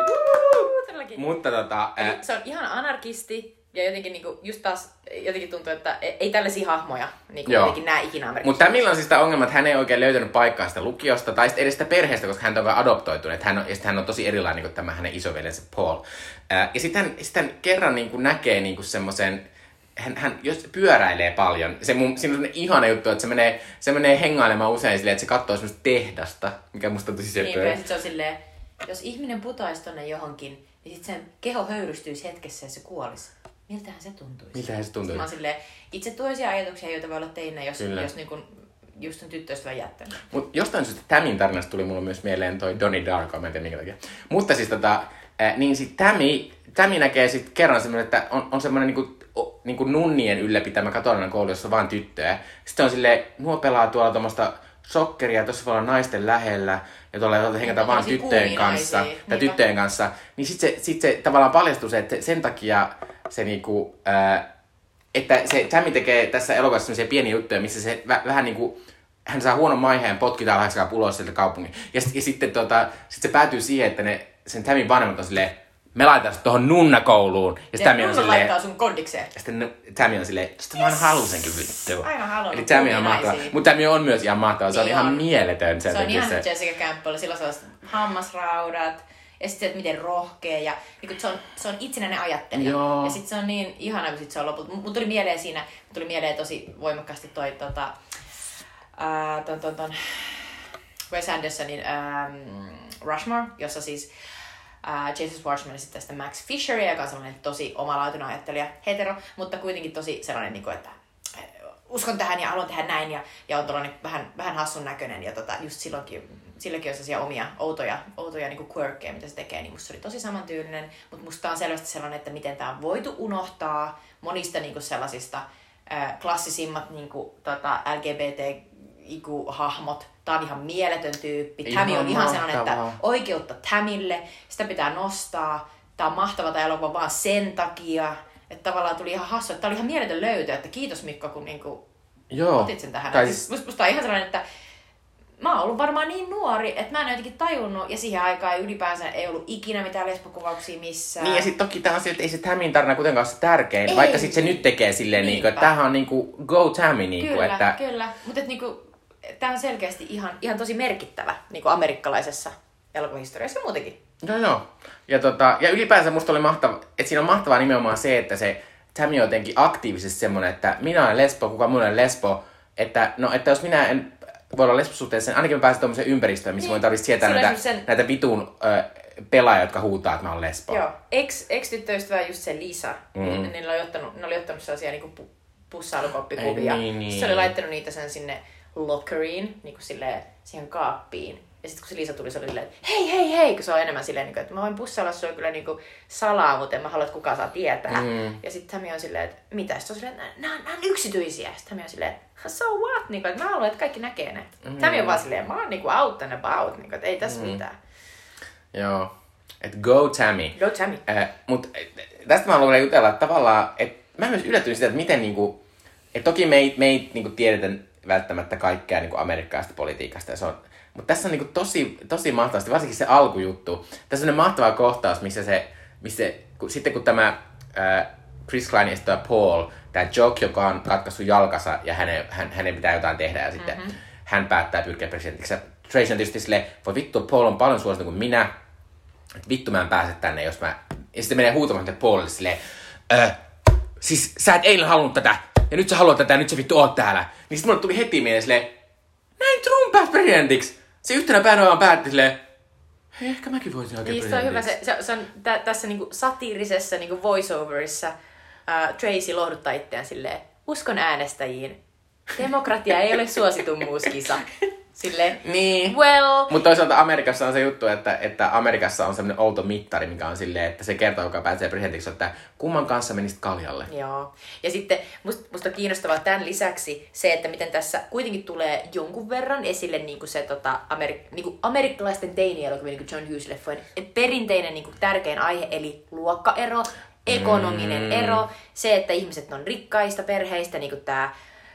Mutta tota... Eli se on ihan anarkisti. Ja jotenkin niinku, just taas jotenkin tuntuu, että ei tällaisia hahmoja niinku jotenkin näe ikinä Amerikassa. Mutta Tammylla on siis sitä ongelma, että hän ei oikein löytänyt paikkaa sitä lukiosta tai edes sitä perheestä, koska hän on vain adoptoitunut. Hän on, ja sitten hän on tosi erilainen kuin tämä hänen isoveljensä Paul. Ää, ja sitten hän, sit hän kerran niinku näkee niinku semmoisen... Hän, hän jos pyöräilee paljon. Se mun, siinä on sellainen ihana juttu, että se menee, se menee hengailemaan usein silleen, että se katsoo semmoista tehdasta, mikä musta on tosi söpöä. Niin, ja sit se on silleen, jos ihminen putoaisi tonne johonkin, niin sit sen keho höyrystyisi hetkessä ja se kuolisi. Miltähän se tuntuisi? Miltähän se tuntuisi? Mä oon silleen, itse tuoisia ajatuksia, joita voi olla teinä, jos, jos niin kun, just on tyttöystävä jättänyt. Mut jostain syystä Tammyn tarinasta tuli mulle myös mieleen toi Donnie Darko, mä en tiedä minkä takia. Mutta siis tota, äh, niin sit Tammy, Tammy näkee sit kerran semmoinen, että on, on semmoinen niinku, o, niinku nunnien ylläpitämä katolinen koulu, jossa on vaan tyttöjä. Sitten on silleen, nuo pelaa tuolla tommoista sokkeria, tossa voi olla naisten lähellä, ja tuolla hengataan vaan tyttöjen kanssa, tai tyttöjen kanssa. Niin sit se, sit se tavallaan paljastuu se, että sen takia se niinku, ää, että se Tammy tekee tässä elokuvassa sellaisia pieniä juttuja, missä se vä, vähän niinku, hän saa huonon maiheen, potkitaan lähes ulos sieltä kaupungin. Ja, ja sitten tota, sit se päätyy siihen, että ne, sen Tammyn vanhemmat on silleen, me laitetaan sut tohon nunnakouluun. Ja Tammy on silleen... laittaa sun kondikseen. Ja sitten Tammy on silleen, sitä mä aina halusenkin vittua. Aina halunnut. Eli Tammy on mahtava. Mutta Tammy on myös ihan mahtava. Se on niin ihan on. mieletön. Se on ihan se... Jessica Campbell. Sillä on sellaiset hammasraudat. Ja sitten se, että miten rohkea. Ja niin se, on, se on itsenäinen ajattelija. Joo. Ja sitten se on niin ihana, kun sit se on lopulta. Mut tuli mieleen siinä, tuli mieleen tosi voimakkaasti toi tota... Ää, ton, ton, ton, Wes Andersonin ähm, Rushmore, jossa siis äh, Jason Schwartzman ja sitten tästä Max Fisher, joka on sellainen tosi omalaatuinen ajattelija, hetero, mutta kuitenkin tosi sellainen, niin kuin, että äh, uskon tähän ja haluan tehdä näin ja, ja on tollainen vähän, vähän hassun näköinen ja tota, just silloinkin, silläkin on sellaisia omia outoja, outoja niin kuin quirkkeja, mitä se tekee, niin musta se oli tosi samantyylinen, mutta musta on selvästi sellainen, että miten tää on voitu unohtaa monista niin kuin sellaisista äh, klassisimmat niin kuin, tota, L G B T-hahmot. Tää on ihan mieletön tyyppi. Tammy on ihan sellainen, että oikeutta Tammylle, sitä pitää nostaa. Tää on mahtava tää elokuva vaan sen takia. Että tavallaan tuli ihan hassu. Tää oli ihan mieletön löytö, että kiitos Mikko, kun niinku otit sen tähän. Siis... Musta, musta on ihan sellainen, että mä oon ollut varmaan niin nuori, että mä en ole jotenkin tajunnut. Ja siihen aikaan ylipäänsä ei ollut ikinä mitään lesbokuvauksia missään. Niin ja sit toki tää on se, että ei se Tammyn tarina kuitenkaan ole se tärkein. Ei. Vaikka sit se nyt tekee silleen, niinku, että tämähän on niinku go Tammy. Niinku, kyllä, että... kyllä. Mutta niinku... Tämä on selkeästi ihan, ihan tosi merkittävä niin kuin amerikkalaisessa elokuvahistoriassa ja muutenkin. Joo, joo. Ja, tota, ja ylipäänsä musta oli mahtava, että siinä on mahtavaa nimenomaan se, että se Tammy on jotenkin aktiivisesti semmoinen, että minä olen lesbo, kuka minä olen lesbo. Että, no, että jos minä en voi olla lesbosuhteessa, niin ainakin mä pääsen tommoseen ympäristöön, missä niin. Voin tarvitse sietää näitä, sen... näitä vitun ö, pelaajia, jotka huutaa, että mä olen lesbo. Joo. Ex, ex-tyttöystävä just se Lisa, mm. niin ne oli ottanut, ne oli ottanut sellaisia niin kuin pussailukoppikuvia. Niin, niin. Se oli laittanut niitä sen sinne lockeriin, niin kuin silleen, siihen kaappiin. Ja sitten kun se Liisa tuli, se oli silleen, että hei, hei, hei, kun se on enemmän silleen, että mä voin pussailla sua kyllä niin kuin salaa, mutta en mä halua, että kukaan saa tietää. Mm. Ja sitten Tammy on silleen, että mitä? Sitten on silleen, että nämä on yksityisiä. Sitten Tammy on silleen, so what? Niin kuin, että mä haluan, että kaikki näkee ne. Mm. Tammy on vaan silleen, mä oon niin kuin out and about, niin kuin, että ei tässä mm. mitään. Joo, että go Tammy. Go Tammy. Äh, mutta tästä mä haluan jutella, että tavallaan, että mä myös yllätyin sitä, että miten niinku, että toki me ei, me ei niinku tiedetä välttämättä kaikkea niinku amerikkalaisesta politiikasta, ja se on, mutta tässä on niinku tosi, tosi mahtavasti, varsinkin se alkujuttu. Tässä on mahtava kohtaus, missä se, missä se kun, sitten kun tämä äh, Chris Klein esittää Paul, tämä Jock, joka on katkaissut jalkansa ja hänen, hän, hänen pitää jotain tehdä ja sitten mm-hmm. hän päättää pyrkiä presidentiksi. Tracy on tietysti silleen, voi vittu, Paul on paljon suosittu kuin minä, että vittu mä en pääse tänne, jos mä... Ja sitten menee huutamaan Paulille silleen, öö, siis sä et eilen halunnut tätä, ja nyt sä haluat tätä, ja nyt sä vittu oot täällä. Niin sitten mulle tuli heti mieleen silleen, näin Trump pääsi presidentiksi. Se yhtenä päivänä vaan päätti silleen, hei, ehkä mäkin voisin oikein niin, se on hyvä. Se, se, se on tä, tässä niinku satiirisessa niinku voiceoverissa uh, Tracy lohduttaa itseään silleen, uskon äänestäjiin. Demokratia ei ole suosituimmuuskisa. Silleen, niin. well... Mutta toisaalta Amerikassa on se juttu, että, että Amerikassa on semmoinen outo mittari, mikä on silleen, että se kertoo, joka pääsee presidentiksi, että kumman kanssa menisit kaljalle. Joo. Ja sitten musta, musta on kiinnostavaa tämän lisäksi se, että miten tässä kuitenkin tulee jonkun verran esille niin kuin se tota, Ameri- niin kuin amerikkalaisten teinielokuvien, niin kuin John Hughes-leffojen perinteinen niin kuin tärkein aihe, eli luokkaero, ekonominen mm. ero, se, että ihmiset on rikkaista perheistä, niin kuin tämä...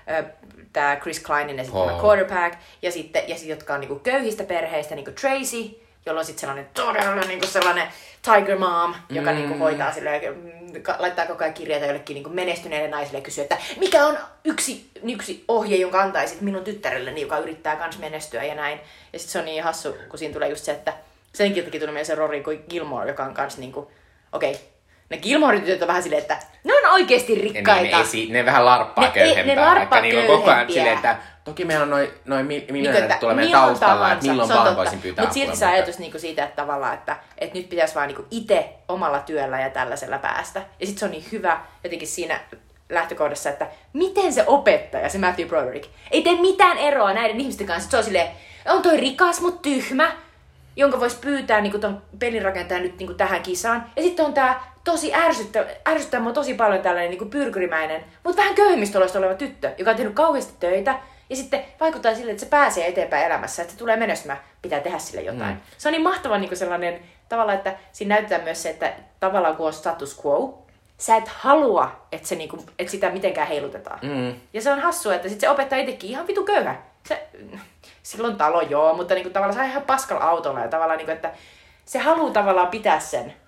Tämä Chris Kleinin esittämä quarterback, ja sitten, ja sitten jotka on niinku köyhistä perheistä, niinku Tracy, jolla on sitten sellainen todella niinku sellainen tiger mom, mm. joka niinku hoitaa silleen, laittaa koko ajan kirjeitä jollekin niinku menestyneelle naiselle ja kysyy, että mikä on yksi, yksi ohje, jonka antaisit minun tyttärelleni, joka yrittää kans menestyä ja näin. Ja sitten se on niin hassu, kun siinä tulee just se, että senkin takia tuli meille se Rory Gilmore, joka on kans niinku, okei, okay, ne Gilmore-tytöt on vähän silleen, että ne on oikeesti rikkaita. Ne, ne, ne vähän larppaa ne, köyhempää. Ne larppaa köyhempiä. Niillä on koko ajan silleen, että toki meillä on noin noi miljoonat niin, tulee meidän taustalla, että milloin vaan voisin pyytää Mutta silti se ajatus niinku siitä, että tavallaan, että, että nyt pitäisi vaan niinku itse omalla työllä ja tällaisella päästä. Ja sitten se on niin hyvä jotenkin siinä lähtökohdassa, että miten se opettaja, se Matthew Broderick, ei tee mitään eroa näiden ihmisten kanssa. Se on silleen, on toi rikas, mut tyhmä, jonka voisi pyytää niinku ton pelinrakentajan nyt niinku tähän kisaan. Ja sitten on tää tosi ärsyttä, ärsyttää mua tosi paljon tällainen niinku pyrkyrimäinen, mutta vähän köyhemmistä oleva tyttö, joka on tehnyt kauheasti töitä. Ja sitten vaikuttaa sille, että se pääsee eteenpäin elämässä, että se tulee menestymään, pitää tehdä sille jotain. Mm. Se on niin mahtava niinku sellainen tavalla, että siinä näytetään myös se, että tavallaan kun on status quo, sä et halua, että, se niinku, että sitä mitenkään heilutetaan. Mm. Ja se on hassua, että sit se opettaa itsekin ihan vitu köyhä. Se, silloin talo joo, mutta niinku tavallaan saa ihan paskalla autolla ja tavallaan, niinku, että se haluaa tavallaan pitää sen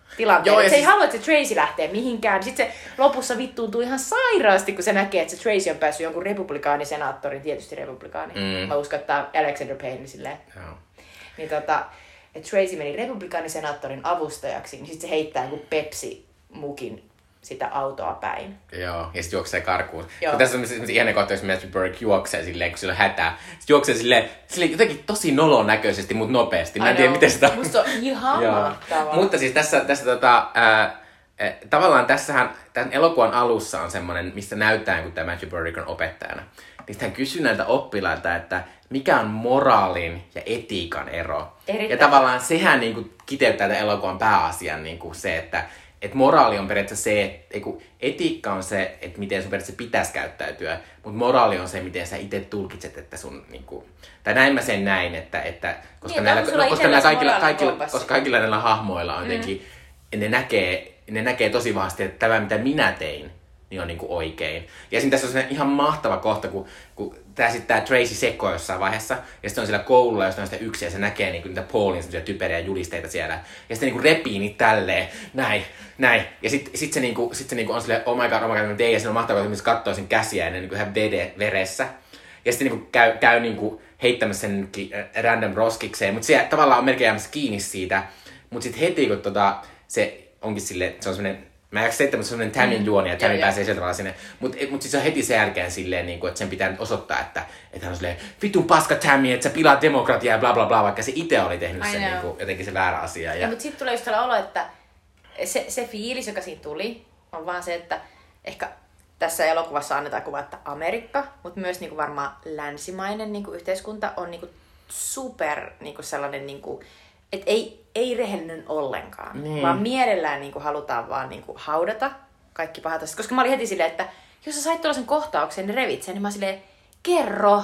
tilanteen. Joo, se siis... ei halua, että se Tracy lähtee mihinkään. Sitten se lopussa vittuuntuu ihan sairaasti, kun se näkee, että se Tracy on päässyt jonkun republikaanisenaattorin, tietysti republikaani. Mm. Mä uskon, että Alexander Payne silleen. Joo. Niin tota, että Tracy meni republikaanisenaattorin avustajaksi, niin sitten se heittää joku Pepsi-mukin sitä autoa päin. Joo, ja sitten juoksee karkuun. Kun tässä on sellaisia ihania kohtia, jos Matthew Burke juoksee silleen, kun sillä on hätää. Sitten juoksee silleen, silleen jotenkin tosi nolon näköisesti, mutta nopeasti. Mä en tiedä, miten sitä... Musta on ihan mahtavaa. Mutta siis tässä, tässä tota, ää, ää, tavallaan tässähän, tämän elokuvan alussa on semmoinen, mistä näyttää, kun tämä Matthew Burke on opettajana. Niin hän kysyy näiltä oppilailta, että mikä on moraalin ja etiikan ero. Erittäin. Ja tavallaan sehän niin kuin kiteyttää tämän elokuvan pääasian niin kuin se, että että moraali on periaatteessa se, että etiikka on se, että miten sun periaatteessa pitäisi käyttäytyä, mutta moraali on se, miten sä itse tulkitset, että sun, niin kuin, tai näin mä sen näin, että, että koska, niin, näillä, no, koska, näillä kaikilla, kaikilla, koska kaikilla näillä hahmoilla on jotenkin, mm. ne, näkee, ne näkee tosi vahvasti, että tämä mitä minä tein, niin on niin kuin oikein. Ja siinä tässä on se ihan mahtava kohta, kun, kun tää sitten tää Tracy sekoo jossain vaiheessa, ja sitten on siellä koululla, josta on sitä yksi, ja se näkee niinku niitä Paulin semmosia typeriä julisteita siellä, ja sitten niinku repii niitä tälleen, näin, näin. Ja sitten sit se, niinku, sit se niinku on silleen, oh my god, oh my god, mä tein, ja siinä on mahtavaa, että katsoo sen käsiä, ja ne niinku ihan vede, veressä. Ja sitten niinku käy, käy niinku heittämässä sen random roskikseen, mutta se tavallaan on melkein jäämässä kiinni siitä, mutta sitten heti, kun tota, se onkin silleen, se on semmoinen, mä en selittää, mutta se on semmoinen Tammyn mm. juoni, ja Tammy pääsee sieltä tavalla sinne. Mutta mut siis se on heti sen jälkeen silleen, niin kuin, että sen pitää nyt osoittaa, että, että hän on silleen, vitun paska Tammy, että sä pilaat demokratiaa ja bla bla bla, vaikka se itse oli tehnyt sen niin kuin, jotenkin se väärä asia. Ja, ja mutta sitten tulee just tällä olo, että se, se fiilis, joka siinä tuli, on vaan se, että ehkä tässä elokuvassa annetaan kuva, että Amerikka, mutta myös niin kuin varmaan länsimainen niin kuin yhteiskunta on niin kuin super niin kuin sellainen, niin kuin, että ei, ei rehellinen ollenkaan, niin. Vaan mielellään niin kuin halutaan vaan niin kuin haudata kaikki pahat asiat. Koska mä olin heti silleen, että jos sä sait tuollaisen kohtauksen, niin revit sen, niin mä silleen, kerro,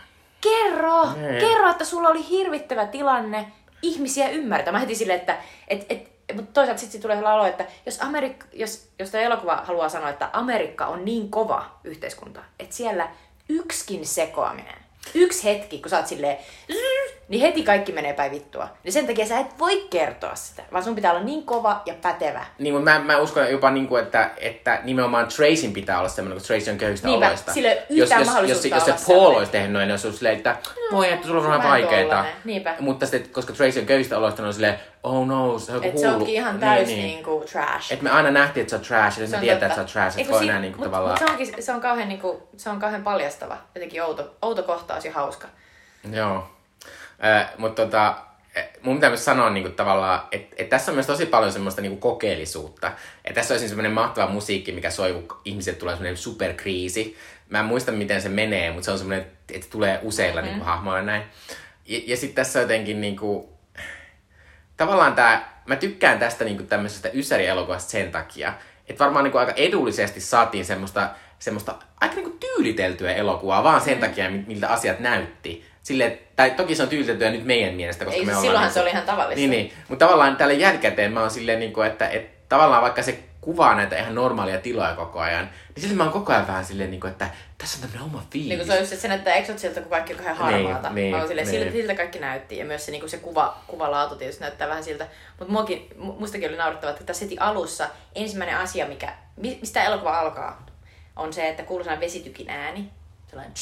kerro, niin. kerro, että sulla oli hirvittävä tilanne ihmisiä ymmärtää. Mä heti silleen, että et, et, mutta toisaalta sitten tulee sellainen olo, että jos, Amerik- jos, jos tämä elokuva haluaa sanoa, että Amerikka on niin kova yhteiskunta, että siellä yksikin sekoaminen, yksi hetki, kun sä oot silleen, niin heti kaikki menee päin vittua. Niin sen takia sä et voi kertoa sitä, vaan sun pitää olla niin kova ja pätevä. Niin, mutta mä, mä uskon jopa, niin kuin, että, että nimenomaan Tracyn pitää olla semmoinen, kun Tracy on köyhistä Niinpä, oloista. sillä ei ole yhtään jos, mahdollisuutta jos, jos, jos se Paul olisi tehnyt noin, niin olisi ollut silleen, että voi, että sulla on vähän vaikeita. Mutta sitten, koska Tracy on köyhistä oloista, niin on silleen, oh no, se on joku hullu. Että se onkin ihan täys niin, niin. Niin trash. Että me aina nähtiin, että se on trash, ja se tietää, että se on trash. Että voi enää niin kuin tavallaan... Mutta se, onkin, se, on kauhean, niin kuin, se on kauhean paljastava, jotenkin outo, outo kohtaus ja hauska. Joo. Äh, mutta tota, mun pitää myös sanoa niin kuin, tavallaan, että et tässä on myös tosi paljon semmoista niin kuin, kokeellisuutta. Et tässä olisi semmoinen mahtava musiikki, mikä soi, kun ihmiset tulee semmoinen superkriisi. Mä en muista, miten se menee, mutta se on semmoinen, että tulee useilla mm. niin kuin, hahmoilla näin. Ja, ja sitten tässä on jotenkin niin kuin, tavallaan tää, mä tykkään tästä niin kuin, tämmöisestä ysärielokuvasta sen takia, että varmaan niin kuin, aika edullisesti saatiin semmoista, semmoista aika niin kuin, tyyliteltyä elokuvaa, vaan sen mm. takia, miltä asiat näytti. Silleen, tai toki se on tyyliteltyä nyt meidän mielestä, koska ei, me ollaan... Silloinhan niin, se oli ihan tavallista. Niin, niin. Mutta tavallaan tälle jälkikäteen mä oon silleen, niin kuin, että, että tavallaan vaikka se kuvaa näitä ihan normaalia tiloja koko ajan, niin silleen mä oon koko ajan vähän silleen, niin kuin, että tässä on tämmönen oma fiilis. Niin kuin se on just, että se näyttää Exorcilta, kun kaikki on kahden harmaata. Niin, mä oon silleen, niin. siltä, siltä kaikki näytti. Ja myös se, niin kuin se kuva, kuvalaatu tietysti näyttää vähän siltä. Mutta mustakin oli naurettava, että tässä heti alussa ensimmäinen asia, mikä, mistä elokuva alkaa, on se, että kuuluu sellainen vesitykin ääni. Sellainen...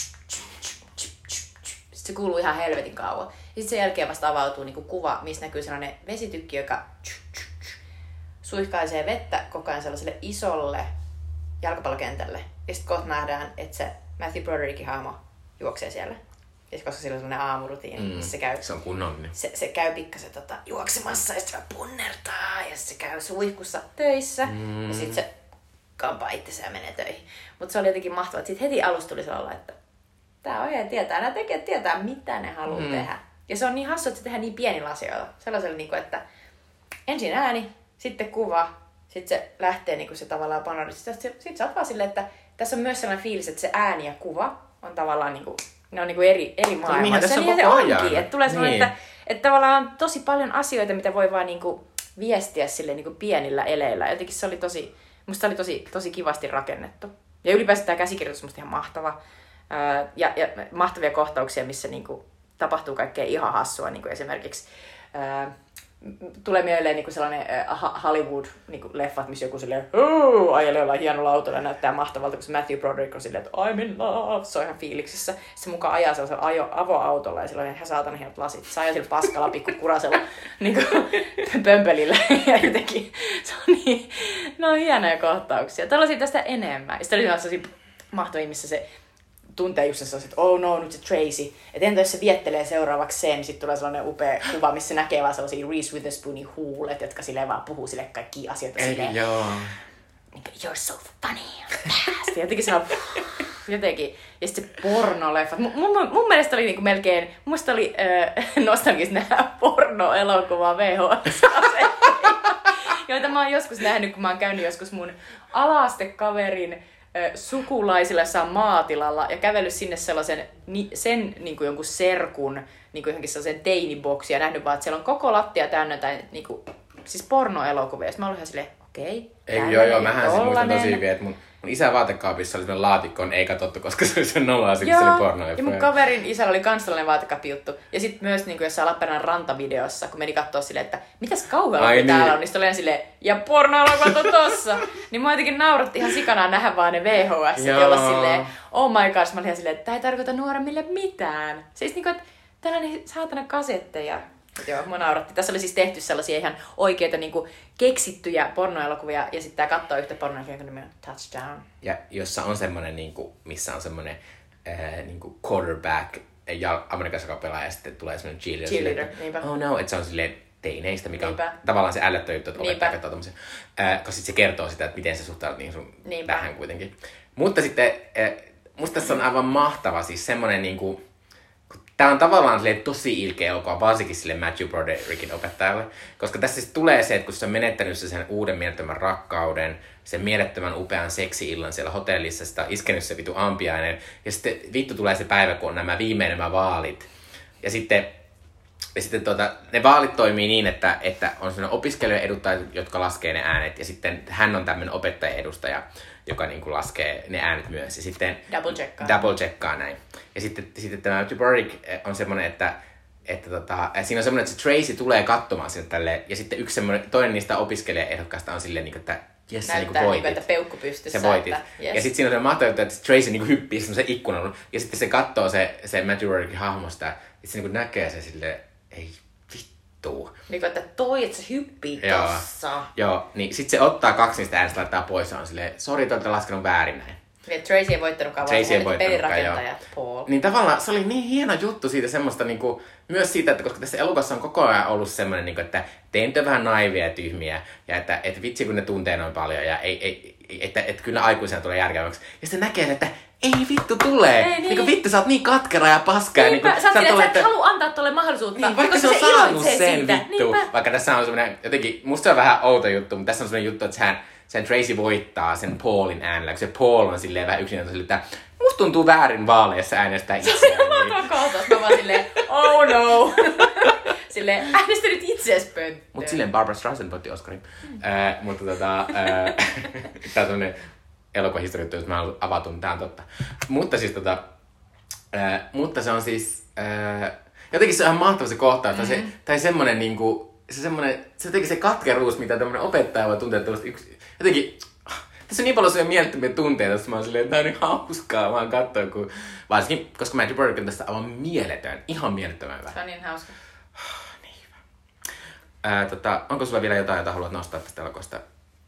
Se kuuluu ihan helvetin kauan. Ja sitten sen jälkeen vasta avautuu niinku kuva, missä näkyy sellainen vesitykki, joka suihkaisee vettä koko ajan sellaiselle isolle jalkapallokentälle. Ja sitten kohta nähdään, että se Matthew Broderickin hahmo juoksee siellä. Ja koska sillä on sellainen aamurutiini, mm, se käy... Se on kunnollinen. Se, se käy pikkasen tota, juoksemassa ja sitten se punnertaa ja se käy suihkussa töissä. Mm. Ja sitten se kampaa itsensä ja menee töihin. Mutta se oli jotenkin mahtavaa. Sitten heti alusta tuli sellainen, että tää ohjaaja tietää, nämä tekijät tietää, mitä ne haluaa mm. tehdä. Ja se on niin hassu, että se tehdään niin pienillä asioilla. Sellaisella, niin kuin, että ensin ääni, sitten kuva, sitten se lähtee niin kuin se tavallaan panorista. Sitten sit sä oot vaan silleen, että tässä on myös sellainen fiilis, että se ääni ja kuva on tavallaan niin kuin, ne on niin kuin eri, eri maailmassa. Niin, niin se onkin. Että tulee sellainen, niin. että, että tavallaan on tosi paljon asioita, mitä voi vaan niin kuin viestiä sille niin kuin pienillä eleillä. Jotenkin se oli tosi, musta oli tosi, tosi kivasti rakennettu. Ja ylipäänsä tämä käsikirjoitus on musta ihan mahtava. Ja, ja mahtavia kohtauksia, missä niinku tapahtuu kaikkea ihan hassua, niinku esimerkiksi ää, tulee mieleen niinku sellainen äh, Hollywood-leffat, missä joku silleen ajelee jollain hienolla autolla ja näyttää mahtavalta, kun se Matthew Broderick on silleen, että I'm in love, se on ihan fiiliksissä. Se mukaan ajaa sellaisella ajo, avoautolla ja sillä on ihan saatana hienot lasit. Se ajaa sillä paskalla pikku kurasella niinku, pömpelillä ja jotenkin se on niin, ne on hienoja kohtauksia. Tällaisia tästä enemmän. Ja sitten oli sellaisia mahtavia, missä se tuntee just se, että oh no, nyt se Tracy. Että entä jos se viettelee seuraavaksi sen, sitten tulee sellainen upea kuva, missä näkee vaan sellaisia Reese Witherspoonin huulet, jotka silleen vaan puhuu sille kaikkia asioita silleen. Joo. You're so funny. Sitten jotenkin se on jotenkin. Ja sitten se pornoleffat. Mun, mun, mun mielestä oli niinku melkein, mun mielestä oli äh, nostalgista nähdä pornoelokuvaa V H S, joita mä oon joskus nähnyt, kun mä oon käynyt joskus mun ala-astekaverin sukulaisilla jossain maatilalla ja kävellyt sinne sellaisen, sen niin kuin jonkun serkun, niin kuin johonkin sellaisen teiniboksia ja nähnyt vaan, että siellä on koko lattia täynnä tai niin kuin, siis pornoelokuvia. Ja mä olin ihan silleen, okei. Okay, ei, joo, joo, mähän sen muistan tosi hyvin, että mun, mun isän vaatekaapissa oli sellainen laatikko, ei katsottu, koska se oli sen nollaa, siksi se oli pornoelokuvia. Ja mun kaverin isällä oli kans sellainen vaatekaappi juttu. Ja sit myös niin kuin jossain Lappeenrannan rantavideossa, kun meni kattoo silleen, että mitäs kauhealla niin. Täällä on, niin sitten oli silleen, ja pornoelokuvat on tossa. Niin mua jotenkin nauratti ihan sikanaan nähdä vaan ne V H S, ja olla silleen, oh my gosh, mä olin ihan silleen, että tää ei tarkoita nuoremmille mitään. Siis niinku, että tällainen saatana kasetteja. Joo, mua nauratti. Tässä oli siis tehty sellaisia ihan oikeita niinku keksittyjä pornoelokuvia, ja sitten tää kattoo yhtä pornoelokuvia, jonka nimi on Touchdown. Ja jossa on semmonen, niinku, missä on semmonen äh, niinku quarterback, ja amerikkalaisen pelaaja, ja sitten tulee semmonen cheerleader. Cheerleader, niinpä. Oh no, että se on silleen teineistä, mikä on niinpä. Tavallaan se ällöttö juttu, että opettaja katsoo tommosen. Äh, koska sit se kertoo sitä, että miten sä suhtaudut niin sun niinpä. Tähän kuitenkin. Mutta sitten, äh, musta tässä on aivan mahtava, siis semmonen niinku, tää on tavallaan tosi ilkeä elokuva, varsinkin sille Matthew Broderickin opettajalle. Koska tässä siis tulee se, että kun se on menettänyt sen uuden mielettömän rakkauden, sen mielettömän upean seksi-illan siellä hotellissa, sitä on iskenyt se vitu ampiainen, ja sitten vittu tulee se päivä, kun on nämä viimeinen nämä vaalit. Ja sitten, ja sitten tuota, ne vaalit toimii niin, että, että on sellainen opiskelijoiden edustaja, jotka laskee ne äänet, ja sitten hän on tämmöinen opettajan edustaja, joka niin kuin laskee ne äänet myös. Ja sitten double checkaa. Double checkaa näin. Ja sitten, sitten tämä Matthew Broderick on semmoinen, että, että tota, siinä on semmoinen, että se Tracy tulee katsomaan sinne tälleen, ja sitten yksi semmoinen, toinen niistä opiskelijaehdokkaista on silleen, että jes, sä niin voitit. Niin, että peukku pystyssä. Se voitit. Että, yes. Ja sitten siinä on se mahtavaa, että Tracy niin hyppii semmoisen ikkunan, ja sitten se katsoo se, se Matthew Broderickin hahmosta, ja se niin näkee se silleen, ei vittu. Niin kuin, että toi, että se hyppii joo. tossa. Joo, niin sit se ottaa kaksi niistä äänestä, laittaa pois ja on silleen, sori, te olette laskenut väärin näin. Niin, Tracy ei voittanutkaan, vaan pelirakentaja Paul. Niin tavallaan se oli niin hieno juttu siitä semmoista, niinku, myös siitä, että koska tässä elokuvassa on koko ajan ollut semmoinen, niinku, että te nyt on vähän naivia ja tyhmiä, ja että et vitsi kun ne tuntee noin paljon, ja ei, ei, että et kyllä aikuisena tulee järkeväksi. Ja sitten näkee, että ei vittu tulee. Ei, niin. Niinku vittu, sä oot niin katkera ja paska. Niinpä, niin, sä oot silleen, että sä et halua antaa tolle mahdollisuutta. Niin, vaikka se on saanut sen siitä. Vittu. Niinpä. Vaikka tässä on semmoinen, jotenkin, musta se on vähän outo juttu, mutta tässä on semmoinen juttu, että sehän, sen Tracy voittaa sen Paulin äänellä, kun se Paul on silleen vähän yksinäinen, että musta tuntuu väärin vaaleissa äänestää itseään. Se on mahtava kohtaus. Mä vaan silleen, oh no. Silleen, äänestä nyt itseäs pönttöön. Mut silleen Barbara Streisand voitti Oscarin. Mm. Äh, mutta tota, äh, tää on semmonen elokuvahistoriattu, jos mä haluan avata, tää on totta. Mutta siis tota, äh, mutta se on siis, äh, jotenkin se on ihan mahtava se kohtaus, mm-hmm. tai, se, tai semmonen niinku, se semmonen, se jotenkin se katkeruus, mitä tämmönen opettaja voi tuntea tuollaista yksi, jotenkin, tässä on niin paljon sellaisia mielettömiä tunteita, että mä oon silleen, että tää on niin hauskaa vaan katsoa, kun, varsinkin, koska Matthew Broderick on tästä aivan mieletön, ihan mielettömän hyvä. Se on niin hauska. Niin hyvä. Ää, tota, onko sulla vielä jotain, jota haluat nostaa tästä elokuvasta?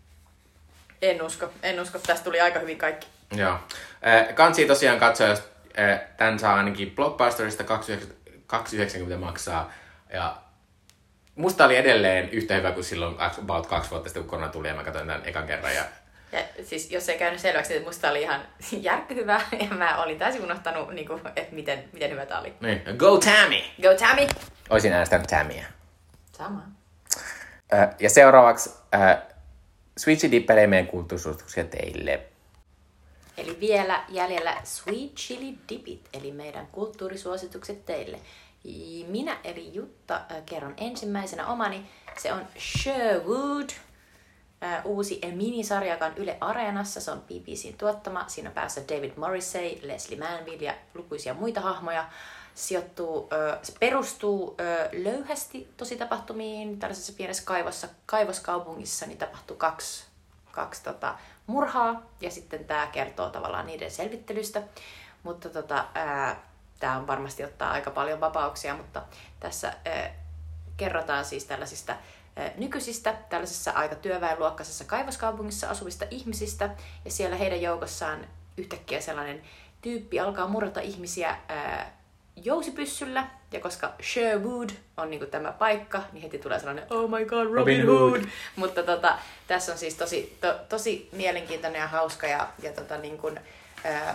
En usko, en usko. Tästä tuli aika hyvin kaikki. Joo. Äh, kansi tosiaan katsoa, jos äh, tän saa ainakin Blockbusterista kaksi yhdeksänkymmentä maksaa. Ja musta oli edelleen yhtä hyvä kuin silloin about kaksi vuotta sitten, kun korona tuli ja mä katsoin tämän ekan kerran. Ja... Ja siis jos ei käynyt selväksi, että musta oli ihan järkkyhyvä ja mä olin täysin unohtanut, niin kuin, että miten, miten hyvä tää oli. Niin. Go Tammy! Go Tammy! Oisin äänestänyt Tammyä. Sama. Äh, ja seuraavaksi äh, Switchi Dippelee meidän kulttuurisuosituksia teille. Eli vielä jäljellä Sweet Chili Dipit, eli meidän kulttuurisuositukset teille. Minä eli Jutta äh, kerron ensimmäisenä omani. Se on Sherwood, äh, uusi minisarja, joka on Yle Areenassa. Se on B B C:n tuottama. Siinä on päässä David Morrissey, Leslie Manville ja lukuisia muita hahmoja. sijoittuu, ö, se perustuu ö, löyhästi tositapahtumiin. Tällaisessa pienessä kaivossa, kaivoskaupungissa niin tapahtui kaksi, kaksi tota, murhaa, ja sitten tämä kertoo tavallaan niiden selvittelystä. Mutta tota, tämä on varmasti ottaa aika paljon vapauksia, mutta tässä ää, kerrotaan siis tällaisista ää, nykyisistä, tällaisessa aika työväenluokkaisessa kaivoskaupungissa asuvista ihmisistä, ja siellä heidän joukossaan yhtäkkiä sellainen tyyppi alkaa murrata ihmisiä ää, jousipyssyllä, ja koska Sherwood on niinku tämä paikka, niin heti tulee sellainen oh my god, Robin, Robin Hood! Hood. Mutta tota, tässä on siis tosi, to, tosi mielenkiintoinen ja hauska ja, ja tota, niin kuin, ää,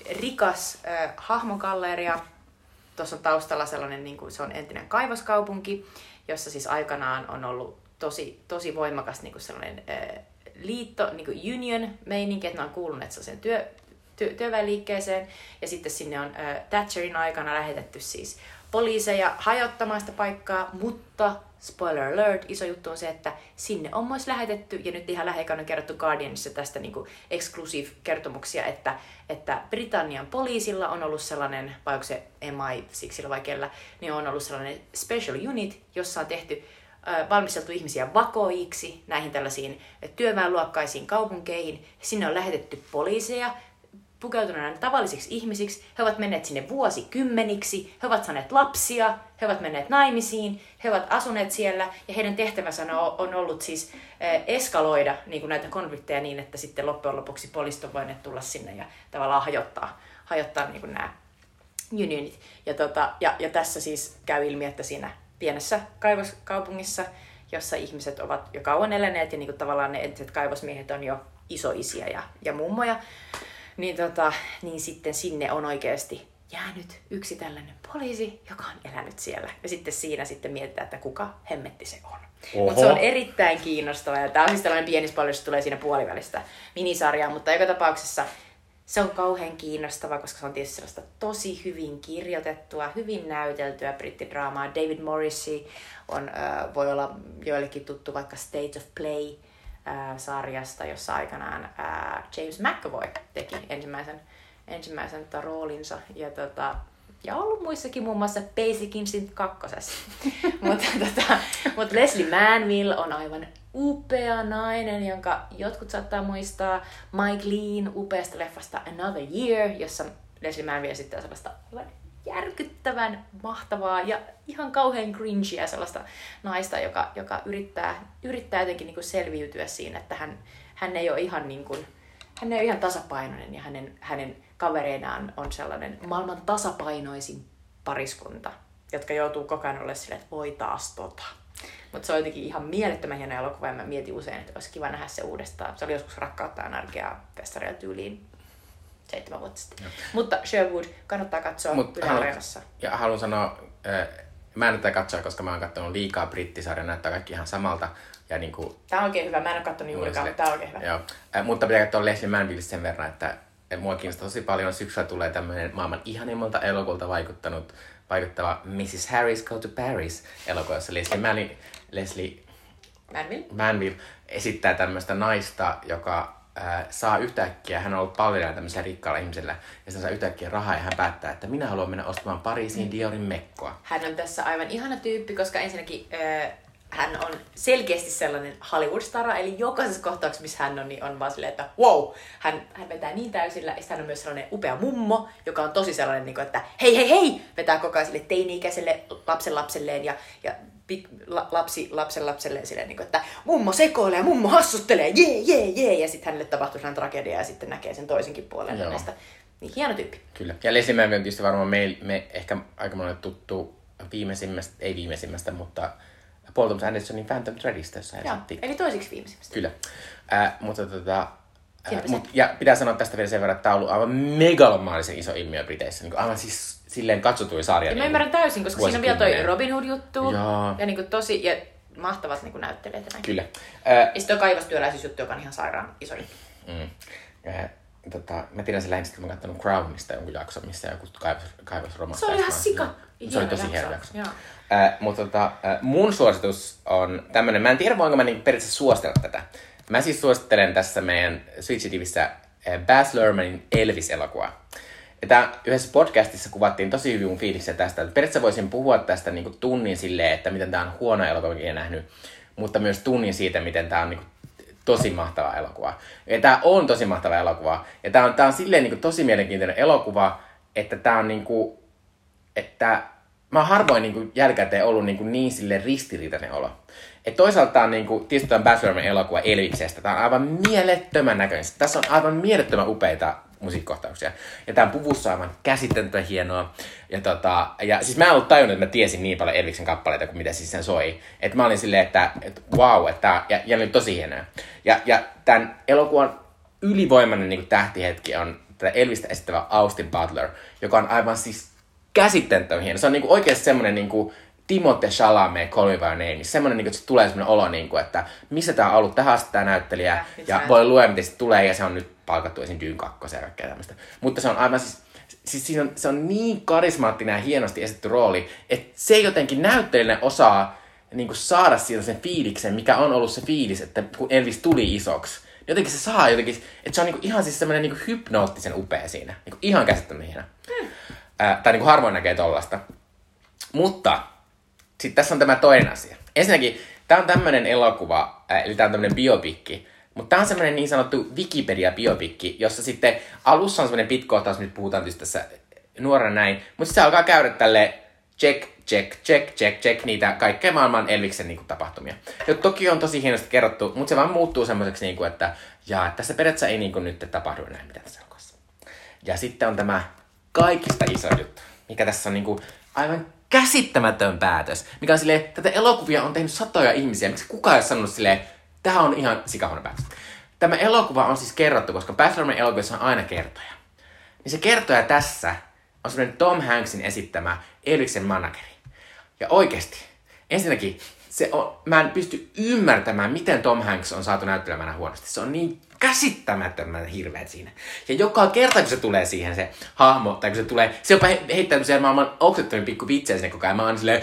rikas äh, hahmogalleria. Tuossa on taustalla sellainen, niin kuin, se on entinen kaivoskaupunki, jossa siis aikanaan on ollut tosi, tosi voimakas niin kuin sellainen äh, liitto, niin kuin union-meininki, että ne on kuuluneet sellaiseen työ, työ, työväenliikkeeseen. Ja sitten sinne on äh, Thatcherin aikana lähetetty siis poliiseja hajottamaan sitä paikkaa, mutta spoiler alert, iso juttu on se, että sinne on myös lähetetty, ja nyt ihan lähiaikoina on kerrottu Guardianissa tästä niin kuin exclusive-kertomuksia, että, että Britannian poliisilla on ollut sellainen, vai onko se M I siksillä vai kellä, niin on ollut sellainen special unit, jossa on tehty, äh, valmisteltu ihmisiä vakoiksi näihin tällaisiin työväenluokkaisiin kaupunkeihin. Sinne on lähetetty poliiseja, pukeutuneena tavallisiksi ihmisiksi. He ovat menneet sinne vuosikymmeniksi, he ovat saaneet lapsia, he ovat menneet naimisiin, he ovat asuneet siellä, ja heidän tehtävänsä on ollut siis eskaloida niin kuin näitä konflikteja niin, että sitten loppujen lopuksi poliisit on voineet tulla sinne ja tavallaan hajottaa, hajottaa niin kuin nämä unionit. Ja, tota, ja, ja tässä siis käy ilmi, että siinä pienessä kaivoskaupungissa, jossa ihmiset ovat jo kauan eläneet, ja niin kuin tavallaan ne entiset kaivosmiehet on jo isoisiä ja, ja mummoja, Niin, tota, niin sitten sinne on oikeasti jäänyt yksi tällainen poliisi, joka on elänyt siellä. Ja sitten siinä sitten mietitään, että kuka hemmetti se on. Mutta se on erittäin kiinnostava. Ja tämä on siis tällainen pieni spoiler, se tulee siinä puolivälistä minisarjaa. Mutta joka tapauksessa se on kauhean kiinnostava, koska se on tietysti sellaista tosi hyvin kirjoitettua, hyvin näyteltyä brittidraamaa. David Morrissey on, äh, voi olla joillekin tuttu vaikka State of Play sarjasta, jossa aikanaan ää, James McAvoy teki ensimmäisen, ensimmäisen tota, roolinsa. Ja, tota, ja ollut muissakin, muun muassa Basic Instinct kakkosessa. Mutta tota, mut Leslie Manville on aivan upea nainen, jonka jotkut saattaa muistaa Mike Lean upeasta leffasta Another Year, jossa Leslie Manville esittää sellaista järkyttävän mahtavaa ja ihan kauhean cringea sellaista naista, joka, joka yrittää, yrittää jotenkin niin kuin selviytyä siinä, että hän, hän, ei ole ihan niin kuin, hän ei ole ihan tasapainoinen, ja hänen, hänen kavereinaan on sellainen maailman tasapainoisin pariskunta, jotka joutuu koko ajan olemaan silleen, että voi taas tota. Mutta se on jotenkin ihan mielettömän hieno elokuva, ja mä mietin usein, että olisi kiva nähdä se uudestaan. Se oli joskus Rakkautta ja narkeaa festareilla tyyliin seitsemän vuotta sitten. Ja. Mutta Sherwood kannattaa katsoa Yle Areenassa. Ja haluan sanoa, äh, mä en tätä katsoa, koska mä oon katsonut liikaa brittisarja, näyttää kaikki ihan samalta. Ja niinku, tää on oikein hyvä, mä en ole katsonut juurikaan, mutta tää on oikein hyvä. Joo. Äh, mutta pitää katsoa Leslie Manville sen verran, että äh, mua kiinnostaa tosi paljon. Syksyllä tulee tämmöinen maailman ihanimmalta elokuvalta vaikuttanut, vaikuttava missus Harris Go to Paris -elokuva, jossa Leslie, Manville, Leslie Manville? Manville esittää tämmöistä naista, joka saa yhtäkkiä, hän on ollut palvelijana tämmöisellä rikkaalla ihmisellä, ja se saa yhtäkkiä rahaa, ja hän päättää, että minä haluan mennä ostamaan Pariisiin mm. Diorin mekkoa. Hän on tässä aivan ihana tyyppi, koska ensinnäkin äh, hän on selkeästi sellainen Hollywood-stara, eli jokaisessa kohtauksessa, missä hän on, niin on vaan silleen, että wow, hän, hän vetää niin täysillä, ja hän on myös sellainen upea mummo, joka on tosi sellainen, niin kuin, että hei, hei, hei, vetää koko ajan sille teini-ikäiselle lapsen lapselleen, ja, ja lapsi lapsen lapselleen silleen, niin että mummo sekoilee ja mummo hassuttelee, jee, jee, jee, ja sitten hänelle tapahtuu sellainen tragedia, ja sitten näkee sen toisenkin puolen näistä. Niin hieno tyyppi. Kyllä. Ja Leslie Manville on tietysti varmaan me, me ehkä aika monelle tuttu viimeisimmästä, ei viimeisimmästä, mutta Paul Thomas Andersonin Phantom Threadista, jossa hän esitti. Eli toisiksi viimeisimmästä. Kyllä. Äh, mutta tota, äh, mut, ja pitää sanoa tästä vielä sen verran, että tämä on ollut aivan megalomaalisen iso ilmiö Briteissä. Niin aivan siis silleen katsotuin sarja. Ja mä ymmärrän täysin, koska siinä on vielä toi Robin Hood-juttu. Ja, ja niin tosi, ja mahtavat niin näyttelijät ja näin. Kyllä. Äh, ja sitten toi kaivostyöläisyysjuttu, joka on ihan sairaan iso juttu. Mm. Äh, tota, mä tiedän sen lähinnä, kun mä oon kattonut Crownista jonkun jakson, missä joku kaivos, kaivos romahtaa. Se oli ihan sika. Se oli tosi hieno jakso. Äh, mutta tota, äh, mun suositus on tämmönen, mä en tiedä voinko mä niin periaatteessa suositella tätä. Mä siis suosittelen tässä meidän Switch T V:ssä äh, Baz Luhrmannin Elvis-elokuvaa. Ja tää yhdessä podcastissa kuvattiin tosi hyvin mun fiiliksiä tästä. Että periaatteessa voisin puhua tästä niinku tunnin silleen, että miten tää on huono elokuva, mikä en nähnyt. Mutta myös tunnin siitä, miten tää on niinku tosi mahtava elokuva. Ja tää on tosi mahtava elokuva. Ja tää on, tää on silleen niinku tosi mielenkiintoinen elokuva, että tää on niinku... Että mä oon harvoin niinku jälkikäteen ollut niinku niin silleen ristiriitainen olo. Et toisaalta tää on niinku, tietysti tää on Baz Luhrmannin elokuva Elviksestä. Tää on aivan mielettömän näköinen. Tässä on aivan mielettömän upeita musiikkikohtauksia. Ja tää on puvussa aivan käsittämättömän hienoa. Ja, tota, ja siis mä en ollut tajunnut, että mä tiesin niin paljon Elviksen kappaleita kuin mitä siis sen soi. Että mä olin silleen, että, että wow, että tää, ja, ja ne oli tosi hienoja. Ja, ja tämän elokuvan ylivoimainen niin kuin tähtihetki on tätä Elvistä esittävä Austin Butler, joka on aivan siis käsittämättömän hieno. Se on niin kuin oikeasti semmoinen niin kuin Timothée Chalamet, Call Me By Your Name. Semmoinen, niin kuin, että tulee semmoinen olo, niin kuin, että missä tää on ollut tähän asti tää näyttelijä. Ja, ja voi lue, miten se tulee, ja se on nyt palkattu esim. Dune kaksi ja kaikkea tämmöistä. Mutta se on aivan siis, siis siinä on, se on niin karismaattinen ja hienosti esitetty rooli, että se jotenkin näyttelijänä osaa niin kuin saada siitä sen fiiliksen, mikä on ollut se fiilis, että kun Elvis tuli isoksi. Jotenkin se saa jotenkin, että se on niin kuin ihan siis semmoinen niin kuin hypnoottisen upea siinä. Niin kuin ihan käsittämättömän hieno. Hmm. Ää, tai niin kuin harvoin näkee tollaista. Mutta sitten tässä on tämä toinen asia. Ensinnäkin, tämä on tämmöinen elokuva, ää, eli tämä on tämmöinen biopikki. Mutta tämä on semmoinen niin sanottu Wikipedia-biopikki, jossa sitten alussa on semmoinen pitkohtaus, nyt puhutaan tietysti tässä nuorena näin, mutta se alkaa käydä tälleen check, check, check, check, check, niitä kaikkea maailman Elviksen niin kuin, tapahtumia. Ja toki on tosi hienosti kerrottu, mutta se vaan muuttuu semmoiseksi, niin kuin, että jaa, tässä periaatteessa ei niin kuin, nyt tapahdu enää mitään tässä elokuvassa. Ja sitten on tämä kaikista iso juttu, mikä tässä on niin kuin, aivan käsittämätön päätös, mikä on silleen, tätä elokuvia on tehnyt satoja ihmisiä, miksi kukaan ei ole sanonut silleen, tämä on ihan sikahuono päätös. Tämä elokuva on siis kerrottu, koska Baz Luhrmannin elokuvissa on aina kertoja. Niin se kertoja tässä on semmoinen Tom Hanksin esittämä Elviksen manageri. Ja oikeesti, ensinnäkin, se on, mä en pysty ymmärtämään, miten Tom Hanks on saatu näyttelemään huonosti. Se on niin käsittämättömän hirveet siinä. Ja joka kerta, kun se tulee siihen se hahmo, tai kun se tulee, se jopa he, heittää tämmöisiä maailman oksettomia pikku vitsejä sinne koko ajan. Mä oon silleen,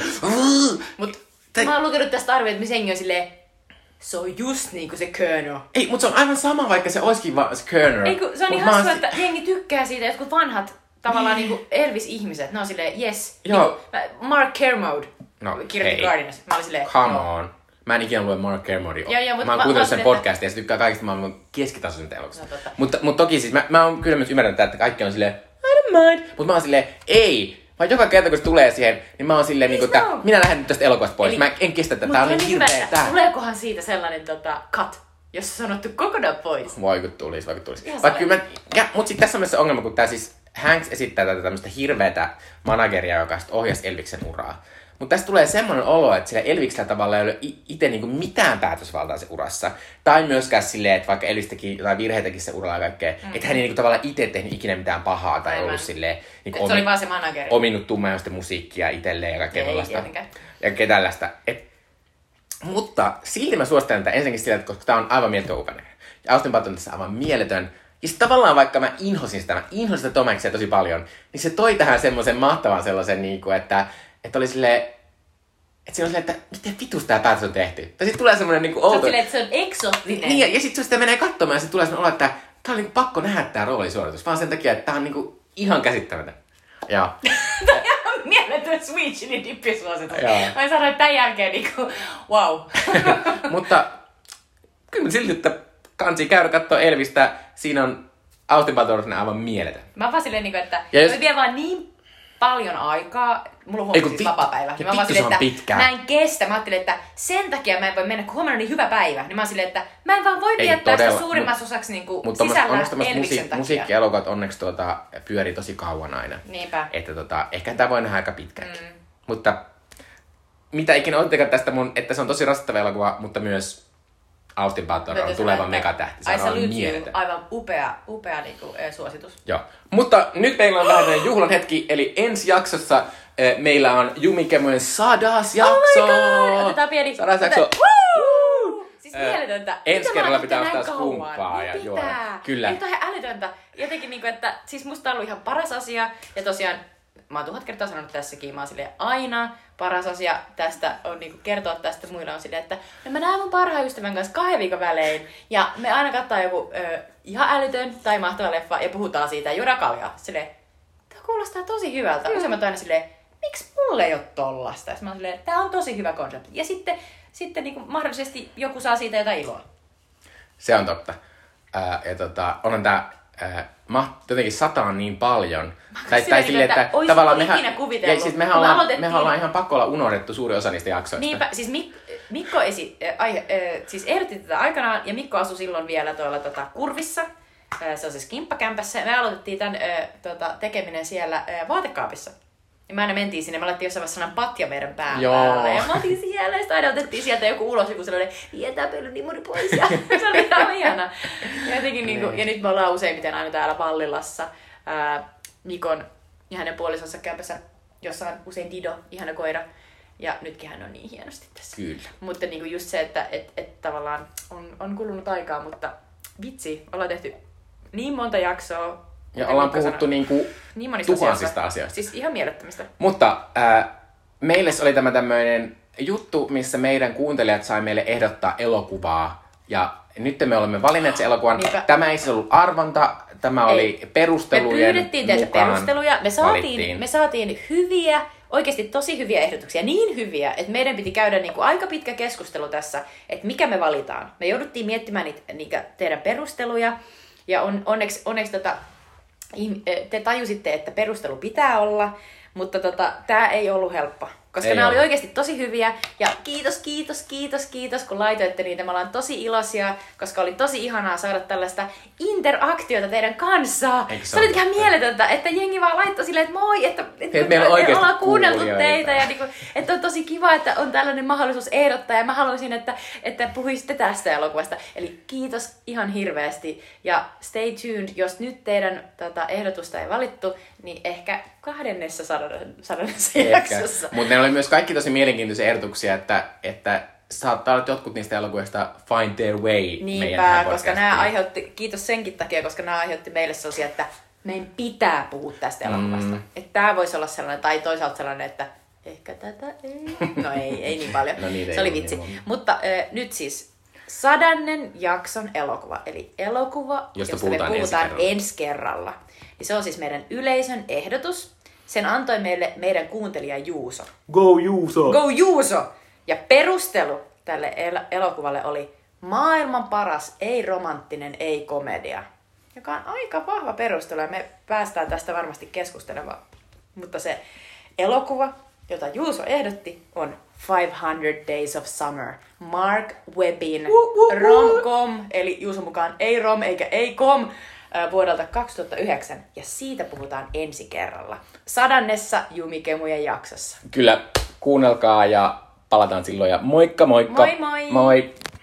Mut te... mä oon lukenut tästä arvioita, että missä jengi on silleen, se on just niinku se Colonel. Ei, mutta se on aivan sama, vaikka se olisikin vaan se Colonel. Ei, kun se on niin hassua, että jengi tykkää siitä, jotkut vanhat tavallaan niinku Elvis-ihmiset. Ne on silleen, yes. Joo. Niinku, Mark Kermode no, kirjoitti Guardianissa. Mä olin silleen, come no. on. Mä en ikinä lue Mark Kermodea. Mä oon kuunnellut sen podcastia ja se tykkää kaikista maailman keskitasoisin elokuvista. No, mutta, mutta toki siis, mä, mä oon kyllä myös ymmärtänyt, että kaikki on silleen, I don't mind. Mutta mä oon silleen, ei. Vaan joka kerta, kun se tulee siihen, niin mä oon silleen, niin että minä lähden nyt tästä elokuvasta pois. Eli, mä en kestä tätä, tää on niin hirveä tää. Tuleekohan siitä sellainen tota, cut, jossa on sanottu kokonaan pois? Voi kun tulisi, voi kun tulisi. Vaikka kyllä mä, ja, mut sit tässä on myös se ongelma, kun tää siis Hanks esittää tätä tämmöstä hirveätä manageria, joka sit ohjasi Elviksen uraa. Mutta tässä tulee semmoinen olo, että sillä Elviksellä tavalla ei ole itse niinku mitään päätösvaltaa se urassa. Tai myöskään silleen, että vaikka Elvis teki jotain virheitäkin se uralla ja kaikkea, mm. että hän ei niinku tavallaan itse tehnyt ikinä mitään pahaa tai aivan. Ollut silleen... Niinku omi, se oli vaan se manageri. Ominnut tummajoista musiikkia itselleen ja kaikkea tällaista. Ja kaikkea tällaista. Et, mutta silti mä suosittelen tätä ensinnäkin sillä, että koska tää on aivan mieletön upeinen. Ja Austin Butler on tässä aivan mieletön. Ja sit tavallaan vaikka mä inhosin sitä, mä inhosin sitä Tom Hanksia tosi paljon, niin se toi tähän semmoisen mahtavan sellaisen niinku, että Että oli silleen, että siinä on silleen, että miten vitus tää päätös on tehty. Tai sit tulee semmonen niinku outo... Se on silleen, että se on eksoottinen. Niin, ja, ja sit se sitten menee katsomaan ja sit tulee semmonen olo, että tää on niinku pakko nähdä tää roolisuoritus. Vaan sen takia, että tää on niinku ihan käsittämätön. Joo. Tää on ihan mieletön Sweet Chili Dippi-suositus. Mä en sano, että tän jälkeen niinku, wow. Mutta kyllä silti, että kansi käydä kattoo Elvistä. Siinä on Austin Butler aivan mieletön. Mä vaan silleen, että jos se vie vaan niin paljon aikaa, mulla on huomioon siis pit- vapaa-päivä. Niin mä vaan silleen, että pitkään. Mä en kestä. Mä ajattelin, että sen takia mä en voi mennä, kun huomenna on niin hyvä päivä. Niin mä oon silleen, että mä en vaan voi viettää sitä suurimmaksi osaksi niinku sisällä Elviksen takia. Musiikkielokuvat onneksi tuota, pyörii tosi kauan aina. Niinpä. Että tota, ehkä tää voi nähdä aika pitkäänkin. Mm. Mutta mitä ikinä ottikaan tästä mun, että se on tosi rasittava elokuva, mutta myös Austin Butler on tuleva megatähti. Se on mieletön. Aivan upea, upea niinku, eh, suositus. Joo. Mutta nyt meillä on vähän juhlan hetki, eli ensi jaksossa eh, meillä on Jumikemujen sadas jakso. Oh my god! Otetaan pieni. Sadas jakso. Woo! Siis mieletöntä. Ensi kerralla pitää ostaa skumppaa ja juoda. Kyllä. Nyt on ihan älytöntä. Jotenkin niinku, että siis musta on ollut ihan paras asia. Ja tosiaan, mä oon tuhat kertaa sanonut tässäkin, mä oon silleen aina paras asia tästä on niinku kertoa tästä muilla on silleen, että no mä näen mun parhaan ystävän kanssa kahden viikon välein. Ja me aina kattaa joku ö, ihan älytön tai mahtava leffa ja puhutaan siitä ja juodaan kaljaa. Silleen, kuulostaa tosi hyvältä. Mm. Useimmat aina silleen, miksi mulle ei ole tollasta? Ja mä oon silleen, tää on tosi hyvä konsepti. Ja sitten, sitten niin kuin mahdollisesti joku saa siitä jotain iloa. Se on totta. Ää, ja tota, onhan tää, ää, ma, jotenkin sataa niin paljon. Tai, tai silleen, että, että tavallaan mehän, ja siis mehän, ollaan, aloitettiin... mehän ollaan ihan pakkolla unohdettu suuri osa niistä jaksoista. Niinpä, siis Mik, Mikko esi, äh, äh, siis ehdotti tätä aikanaan, ja Mikko asui silloin vielä tuolla tota, Kurvissa. Äh, se on siis kimppakämpässä. Me aloitettiin tämän äh, tota, tekeminen siellä äh, vaatekaapissa. Ja me aina mentiin sinne, me laitettiin jossain vaiheessa sellainen patja meidän pään päällä. Ja me oltiin siellä, ja sitten aina otettiin sieltä joku ulos, joku sellainen, vietää pöllynimuri pois. Ja se oli ihan ihana. Ja, jotenkin, niin kuin, ja nyt me ollaan useimmiten aina täällä Vallilassa. Ää, Mikon ja hänen puolisonsa kämpässä, jossa on usein Dido, ihana koira. Ja nytkin hän on niin hienosti tässä. Kyllä. Mutta niin kuin just se, että et, et tavallaan on, on kulunut aikaa, mutta vitsi, ollaan tehty niin monta jaksoa. Ja ollaan puhuttu niinku niin tuhansista asioista. asioista. Siis ihan mielettömistä. Mutta äh, meille oli tämä tämmöinen juttu, missä meidän kuuntelijat sai meille ehdottaa elokuvaa. Ja nyt me olemme valinneet sen elokuvan. Niinpä. Tämä ei siis ollut arvonta, tämä ei. Oli perustelujen Me pyydettiin teiltä perusteluja. Me saatiin, me saatiin hyviä, oikeasti tosi hyviä ehdotuksia. Niin hyviä, että meidän piti käydä niinku aika pitkä keskustelu tässä, että mikä me valitaan. Me jouduttiin miettimään niitä, niitä teidän perusteluja. Ja on, onneksi, onneksi tota, te tajusitte, että perustelu pitää olla, mutta tota, tämä ei ollut helppo. Koska ei nämä ole. Oli oikeasti tosi hyviä. Ja kiitos, kiitos, kiitos, kiitos, kun laitoitte niitä. Me ollaan tosi iloisia, koska oli tosi ihanaa saada tällaista interaktiota teidän kanssa. Eikö se, se oli ihan mieletöntä, että jengi vaan laittoi silleen, että moi, että, että et meillä on me ollaan kuunneltu teitä. Ja niin kuin, että on tosi kiva, että on tällainen mahdollisuus ehdottaa. Ja mä haluaisin, että, että puhuisitte tästä elokuvasta. Eli kiitos ihan hirveästi. Ja stay tuned, jos nyt teidän tota, ehdotusta ei valittu, niin ehkä kahdennessa sadannessa jaksossa. Mutta ne oli myös kaikki tosi mielenkiintoisia ehdotuksia, että, että saattaa olla, että jotkut niistä elokuvista find their way Niinpä, meidän koska nämä aiheutti, kiitos senkin takia, koska nämä aiheutti meille sellaisia, että meidän pitää puhua tästä elokuvasta. Mm. Että tämä voisi olla sellainen, tai toisaalta sellainen, että ehkä tätä ei. No ei, ei niin paljon. No niin, se oli vitsi. Niin Mutta äh, nyt siis sadannen jakson elokuva, eli elokuva, josta, josta puhutaan me puhutaan ensi kerralla. ensi kerralla. Ja se on siis meidän yleisön ehdotus. Sen antoi meille meidän kuuntelija Juuso. Go Juuso! Go Juuso! Ja perustelu tälle el- elokuvalle oli maailman paras, ei-romanttinen, ei-komedia. Joka on aika vahva perustelu ja me päästään tästä varmasti keskustelemaan. Mutta se elokuva, jota Juuso ehdotti, on five hundred Days of Summer. Mark Webbin rom-com, eli Juuson mukaan ei rom eikä ei kom, vuodelta kaksituhattayhdeksän, ja siitä puhutaan ensi kerralla. Sadannessa Jumikemujen jaksossa. Kyllä, kuunnelkaa ja palataan silloin ja moikka moikka! Moi moi! Moi!